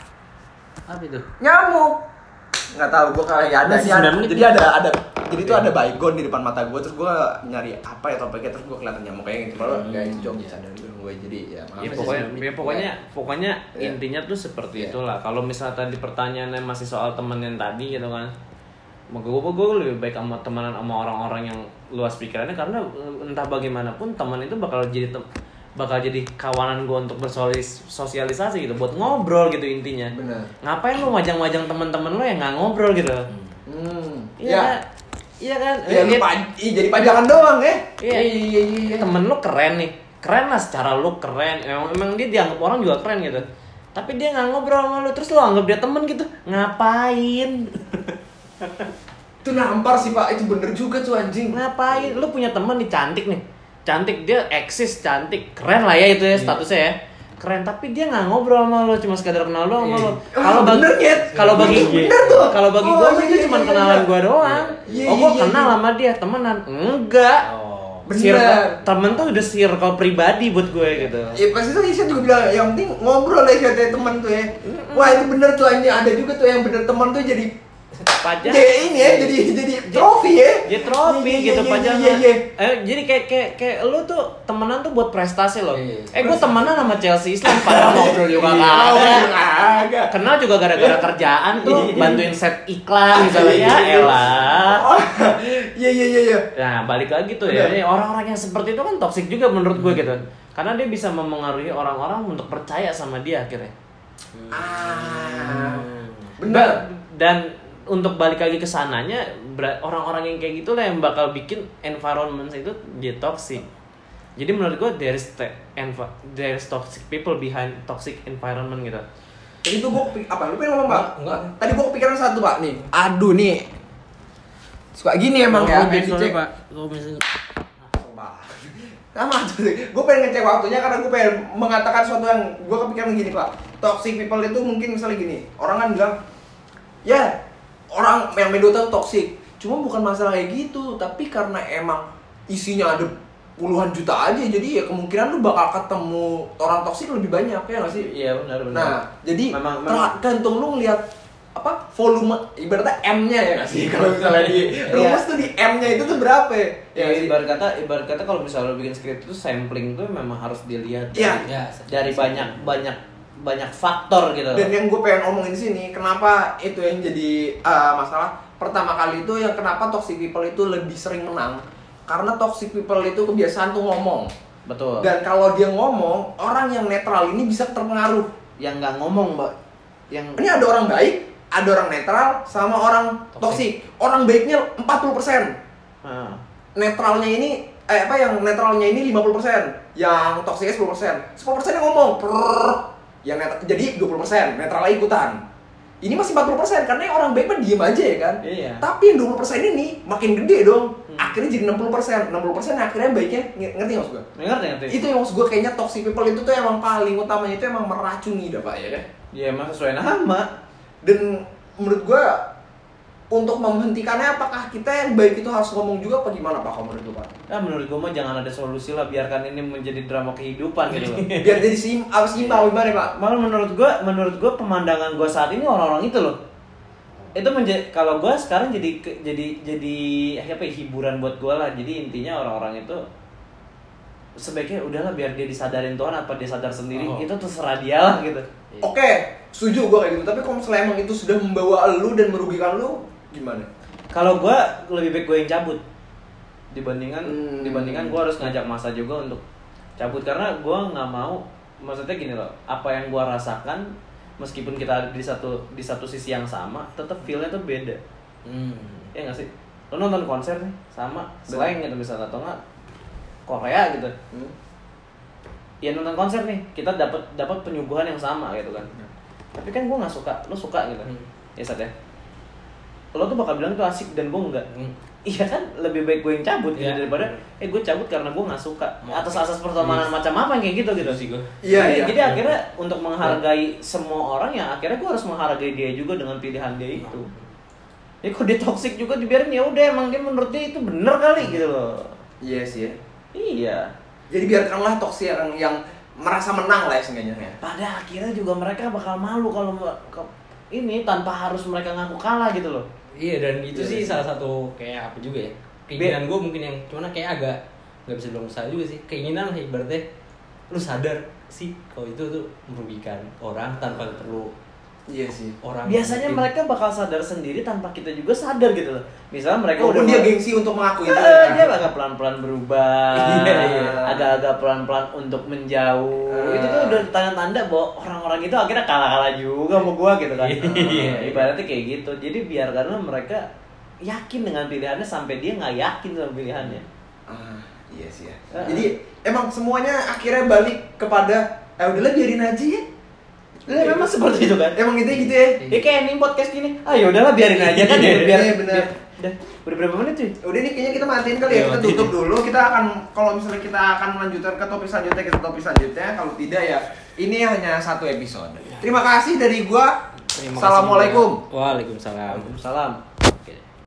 Apa itu? nyamuk. Nggak tahu, gue kayak ada Masih sih. sembilan menit Jadi ada ada jadi itu ada baygon di depan mata gue, terus gue nyari apa ya topiknya, terus gue kelihatan nyamuk kayak gitu. Kalau nggak itu jauh bisa dari gue, jadi ya maaf. Ya sih, pokoknya, sebelum- ya pokoknya, pokoknya Iya. intinya tuh seperti Iya. itulah. Kalau misalnya tadi pertanyaannya masih soal temen yang tadi gitu kan, maka gue gue lebih baik sama temenan sama orang-orang yang luas pikirannya, karena entah bagaimanapun teman itu bakal jadi tem bakal jadi kawanan gue untuk bersosialisasi gitu, buat ngobrol gitu intinya. Benar. Ngapain lu majang-majang teman-teman lo yang nggak ngobrol gitu? Hmm. Iya Ya. kan? Iya kan? Ya, lu Lihat- pa- ih, jadi pajangan doang ya. Iya. iya, iya. Temen lu keren nih, keren lah secara lu keren, emang, emang dia dianggap orang juga keren gitu, tapi dia nggak ngobrol sama lu, terus lu anggap dia temen gitu, ngapain? Itu nampar sih Pak, itu bener juga tuh anjing. Ngapain? Lu punya temen nih cantik nih, cantik, dia eksis, cantik, keren lah ya itu ya statusnya ya, keren, tapi dia nggak ngobrol sama lu, cuma sekadar kenal doang sama lu. Kalau Ah, bagi bener, Nyet. kalau bagi Bener tuh. kalau bagi Oh, gua iya, itu iya, cuma iya, kenalan iya. gua doang. Iya, Oh gua iya, kenal iya. sama dia, temenan? Enggak. Oh. Bener. Circle, temen tuh udah circle pribadi buat gue gitu. Ya pasti tuh Isya juga bilang yang penting ngobrol ya Isya teman tuh ya. Wah itu bener tuh anjing, ada juga tuh yang bener teman tuh jadi Pajak. jadi ini ya, jadi jadi trofi ya. Dia trofi Iya, iya, gitu iya, pajangan. iya, iya. Eh jadi kayak kayak kayak lu tuh temenan tuh buat prestasi loh. Iya, eh gue temenan sama Chelsea Islam padahal ngobrol juga Iya, kagak. kagak. Kenal juga gara-gara kerjaan tuh Iya, iya. bantuin set iklan misalnya ya elah. Oh, iya iya iya iya. Nah balik lagi tuh ya, Bener. ini orang-orang yang seperti itu kan toksik juga menurut gue gitu. Karena dia bisa mempengaruhi orang-orang untuk percaya sama dia akhirnya. Ah. Ba- Bener. Dan untuk balik lagi ke sananya, ber- orang-orang yang kayak gitu lah yang bakal bikin environment itu dia toxic. Jadi menurut gue there is te- env- there is toxic people behind toxic environment gitu. Tadi tuh gue kepik- apa? Lu pengen ngomong Pak? Enggak. Tadi gue kepikiran satu Pak nih. Aduh nih. Suka gini emang ya. Pengen dicek. Sama tuh, gue pengen ngecek waktunya karena gue pengen mengatakan sesuatu yang gue kepikiran gini Pak. Toxic people itu mungkin misalnya gini, orang kan bilang, ya orang yang media tuh toxic, cuma bukan masalah kayak gitu, tapi karena emang isinya ada puluhan juta aja, jadi ya kemungkinan lu bakal ketemu orang toksik lebih banyak ya nggak sih? Iya benar benar. Nah, jadi memang, memang tergantung lu ngeliat apa volume ibaratnya M-nya ya nggak sih? Kalau misalnya di rumus tuh di M-nya itu tuh berapa ya? ya, nggak sih? ibarat kata ibarat kata kalau misalnya lu bikin skrip itu sampling tuh memang harus dilihat Iya. dari, Ya, dari banyak banyak banyak faktor gitu. Dan yang gue pengen omongin di sini, kenapa itu yang jadi uh, masalah? Pertama kali itu yang kenapa toxic people itu lebih sering menang? Karena toxic people itu kebiasaan tuh ngomong. Betul. Dan kalau dia ngomong, orang yang netral ini bisa terpengaruh. Yang nggak ngomong, Mbak. Yang Ini ada orang baik, ada orang netral, sama orang toxic. Orang baiknya empat puluh persen. Ah. Netralnya ini eh apa yang netralnya ini lima puluh persen, yang toksiknya sepuluh persen. sepuluh persen yang ngomong. Prrrr. Yang net- jadi dua puluh persen netralnya ikutan. Ini masih empat puluh persen karena yang orang baik mah diem aja ya kan. Iya. Tapi yang dua puluh persen ini makin gede dong. Hmm. Akhirnya jadi enam puluh persen. enam puluh persen akhirnya baiknya ng- ngerti nggak maksud gue? Ngerti ngerti. Itu yang maksud gue kayaknya toxic people itu tuh emang paling utamanya itu emang meracuni dah Pak ya kan. Ya emang sesuai nama. Dan menurut gue untuk menghentikannya apakah kita yang baik itu harus ngomong juga apa gimana Pak kalau menurut lu Pak? Ya menurut gua mah jangan ada solusi lah, biarkan ini menjadi drama kehidupan gitu loh. Biar jadi sim apa simbol gimana Pak? Malah menurut gua, menurut gua pemandangan gua saat ini orang-orang itu loh. Itu menjadi kalau gua sekarang jadi ke- jadi jadi apa ya, hiburan buat gua lah. Jadi intinya orang-orang itu sebaiknya udahlah biar dia disadarin Tuhan apa dia sadar sendiri, Oh. itu terserah dia lah gitu. Oke, setuju gue kayak gitu. Tapi kalau misalnya emang itu sudah membawa lu dan merugikan lu, gimana? Kalau gua lebih baik gua yang cabut dibandingkan Hmm. dibandingkan gua harus ngajak masa juga untuk cabut, karena gua nggak mau, maksudnya gini loh, apa yang gua rasakan meskipun kita ada di satu di satu sisi yang sama, tetap feel-nya tuh beda. Hmm. Ya nggak sih? Lo nonton konser nih sama slang gitu misalnya atau enggak Korea gitu. Hmm? Ya nonton konser nih, kita dapat dapat penyuguhan yang sama gitu kan. Tapi kan gua nggak suka, lo suka gitu. Hmm. Ya Sat ya. Lo tuh bakal bilang itu asik dan gue enggak. Hmm. Iya kan, lebih baik gue yang cabut gitu Iya. daripada eh gue cabut karena gue nggak suka Mau- atas asas pertemanan Yes. macam apa yang kayak gitu gitu sih gue. Iya, jadi, iya. jadi akhirnya untuk menghargai semua orang ya akhirnya gue harus menghargai dia juga dengan pilihan dia itu. Ya kok dia toksik juga dibiarin, ya udah emang dia menurut dia itu bener kali gitu loh. Iya sih ya. Iya. Jadi biarkanlah toksik yang yang merasa menang lah ya seenggaknya. Pada akhirnya juga mereka bakal malu kalau ke- ini tanpa harus mereka ngaku kalah gitu loh. Iya, dan itu Iya, sih iya. salah satu kayak apa juga ya, keinginan gue mungkin yang cuman kayak agak nggak bisa bilang usaha juga sih, keinginan lah ibaratnya lu sadar sih kalau itu tuh merugikan orang tanpa perlu Iya sih. orang Biasanya mungkin- mereka bakal sadar sendiri tanpa kita juga sadar gitu loh. Misalnya mereka Walaupun udah dia gengsi untuk mengakui itu. Ah, ya. dia agak pelan-pelan berubah, Iya, iya. agak-agak pelan-pelan untuk menjauh. Ah. Itu tuh udah tanda-tanda bahwa orang-orang itu akhirnya kalah-kalah juga sama gua gitu kan. Iya. Ibaratnya kayak gitu. Jadi biarkanlah mereka yakin dengan pilihannya sampai dia nggak yakin sama pilihannya. Ah, iya sih ya. Ah. Jadi emang semuanya akhirnya balik kepada eh udahlah biarin aja ya. Ya, memang seperti itu kan. Emang gitu gitu ya. Ya kayak ini podcast gini, ah yaudahlah biarin aja kan, Iya, biar iya, benar. biar- Udah, udah berapa menit cuy? Udah nih kayaknya kita matiin kali ya, Iya, kita matiin. tutup dulu. Kita akan kalau misalnya kita akan melanjutkan ke topik selanjutnya, kita topik selanjutnya. Kalau tidak ya ini hanya satu episode. Terima kasih dari gua. Terima kasih Assalamualaikum. juga. Waalaikumsalam. Salam.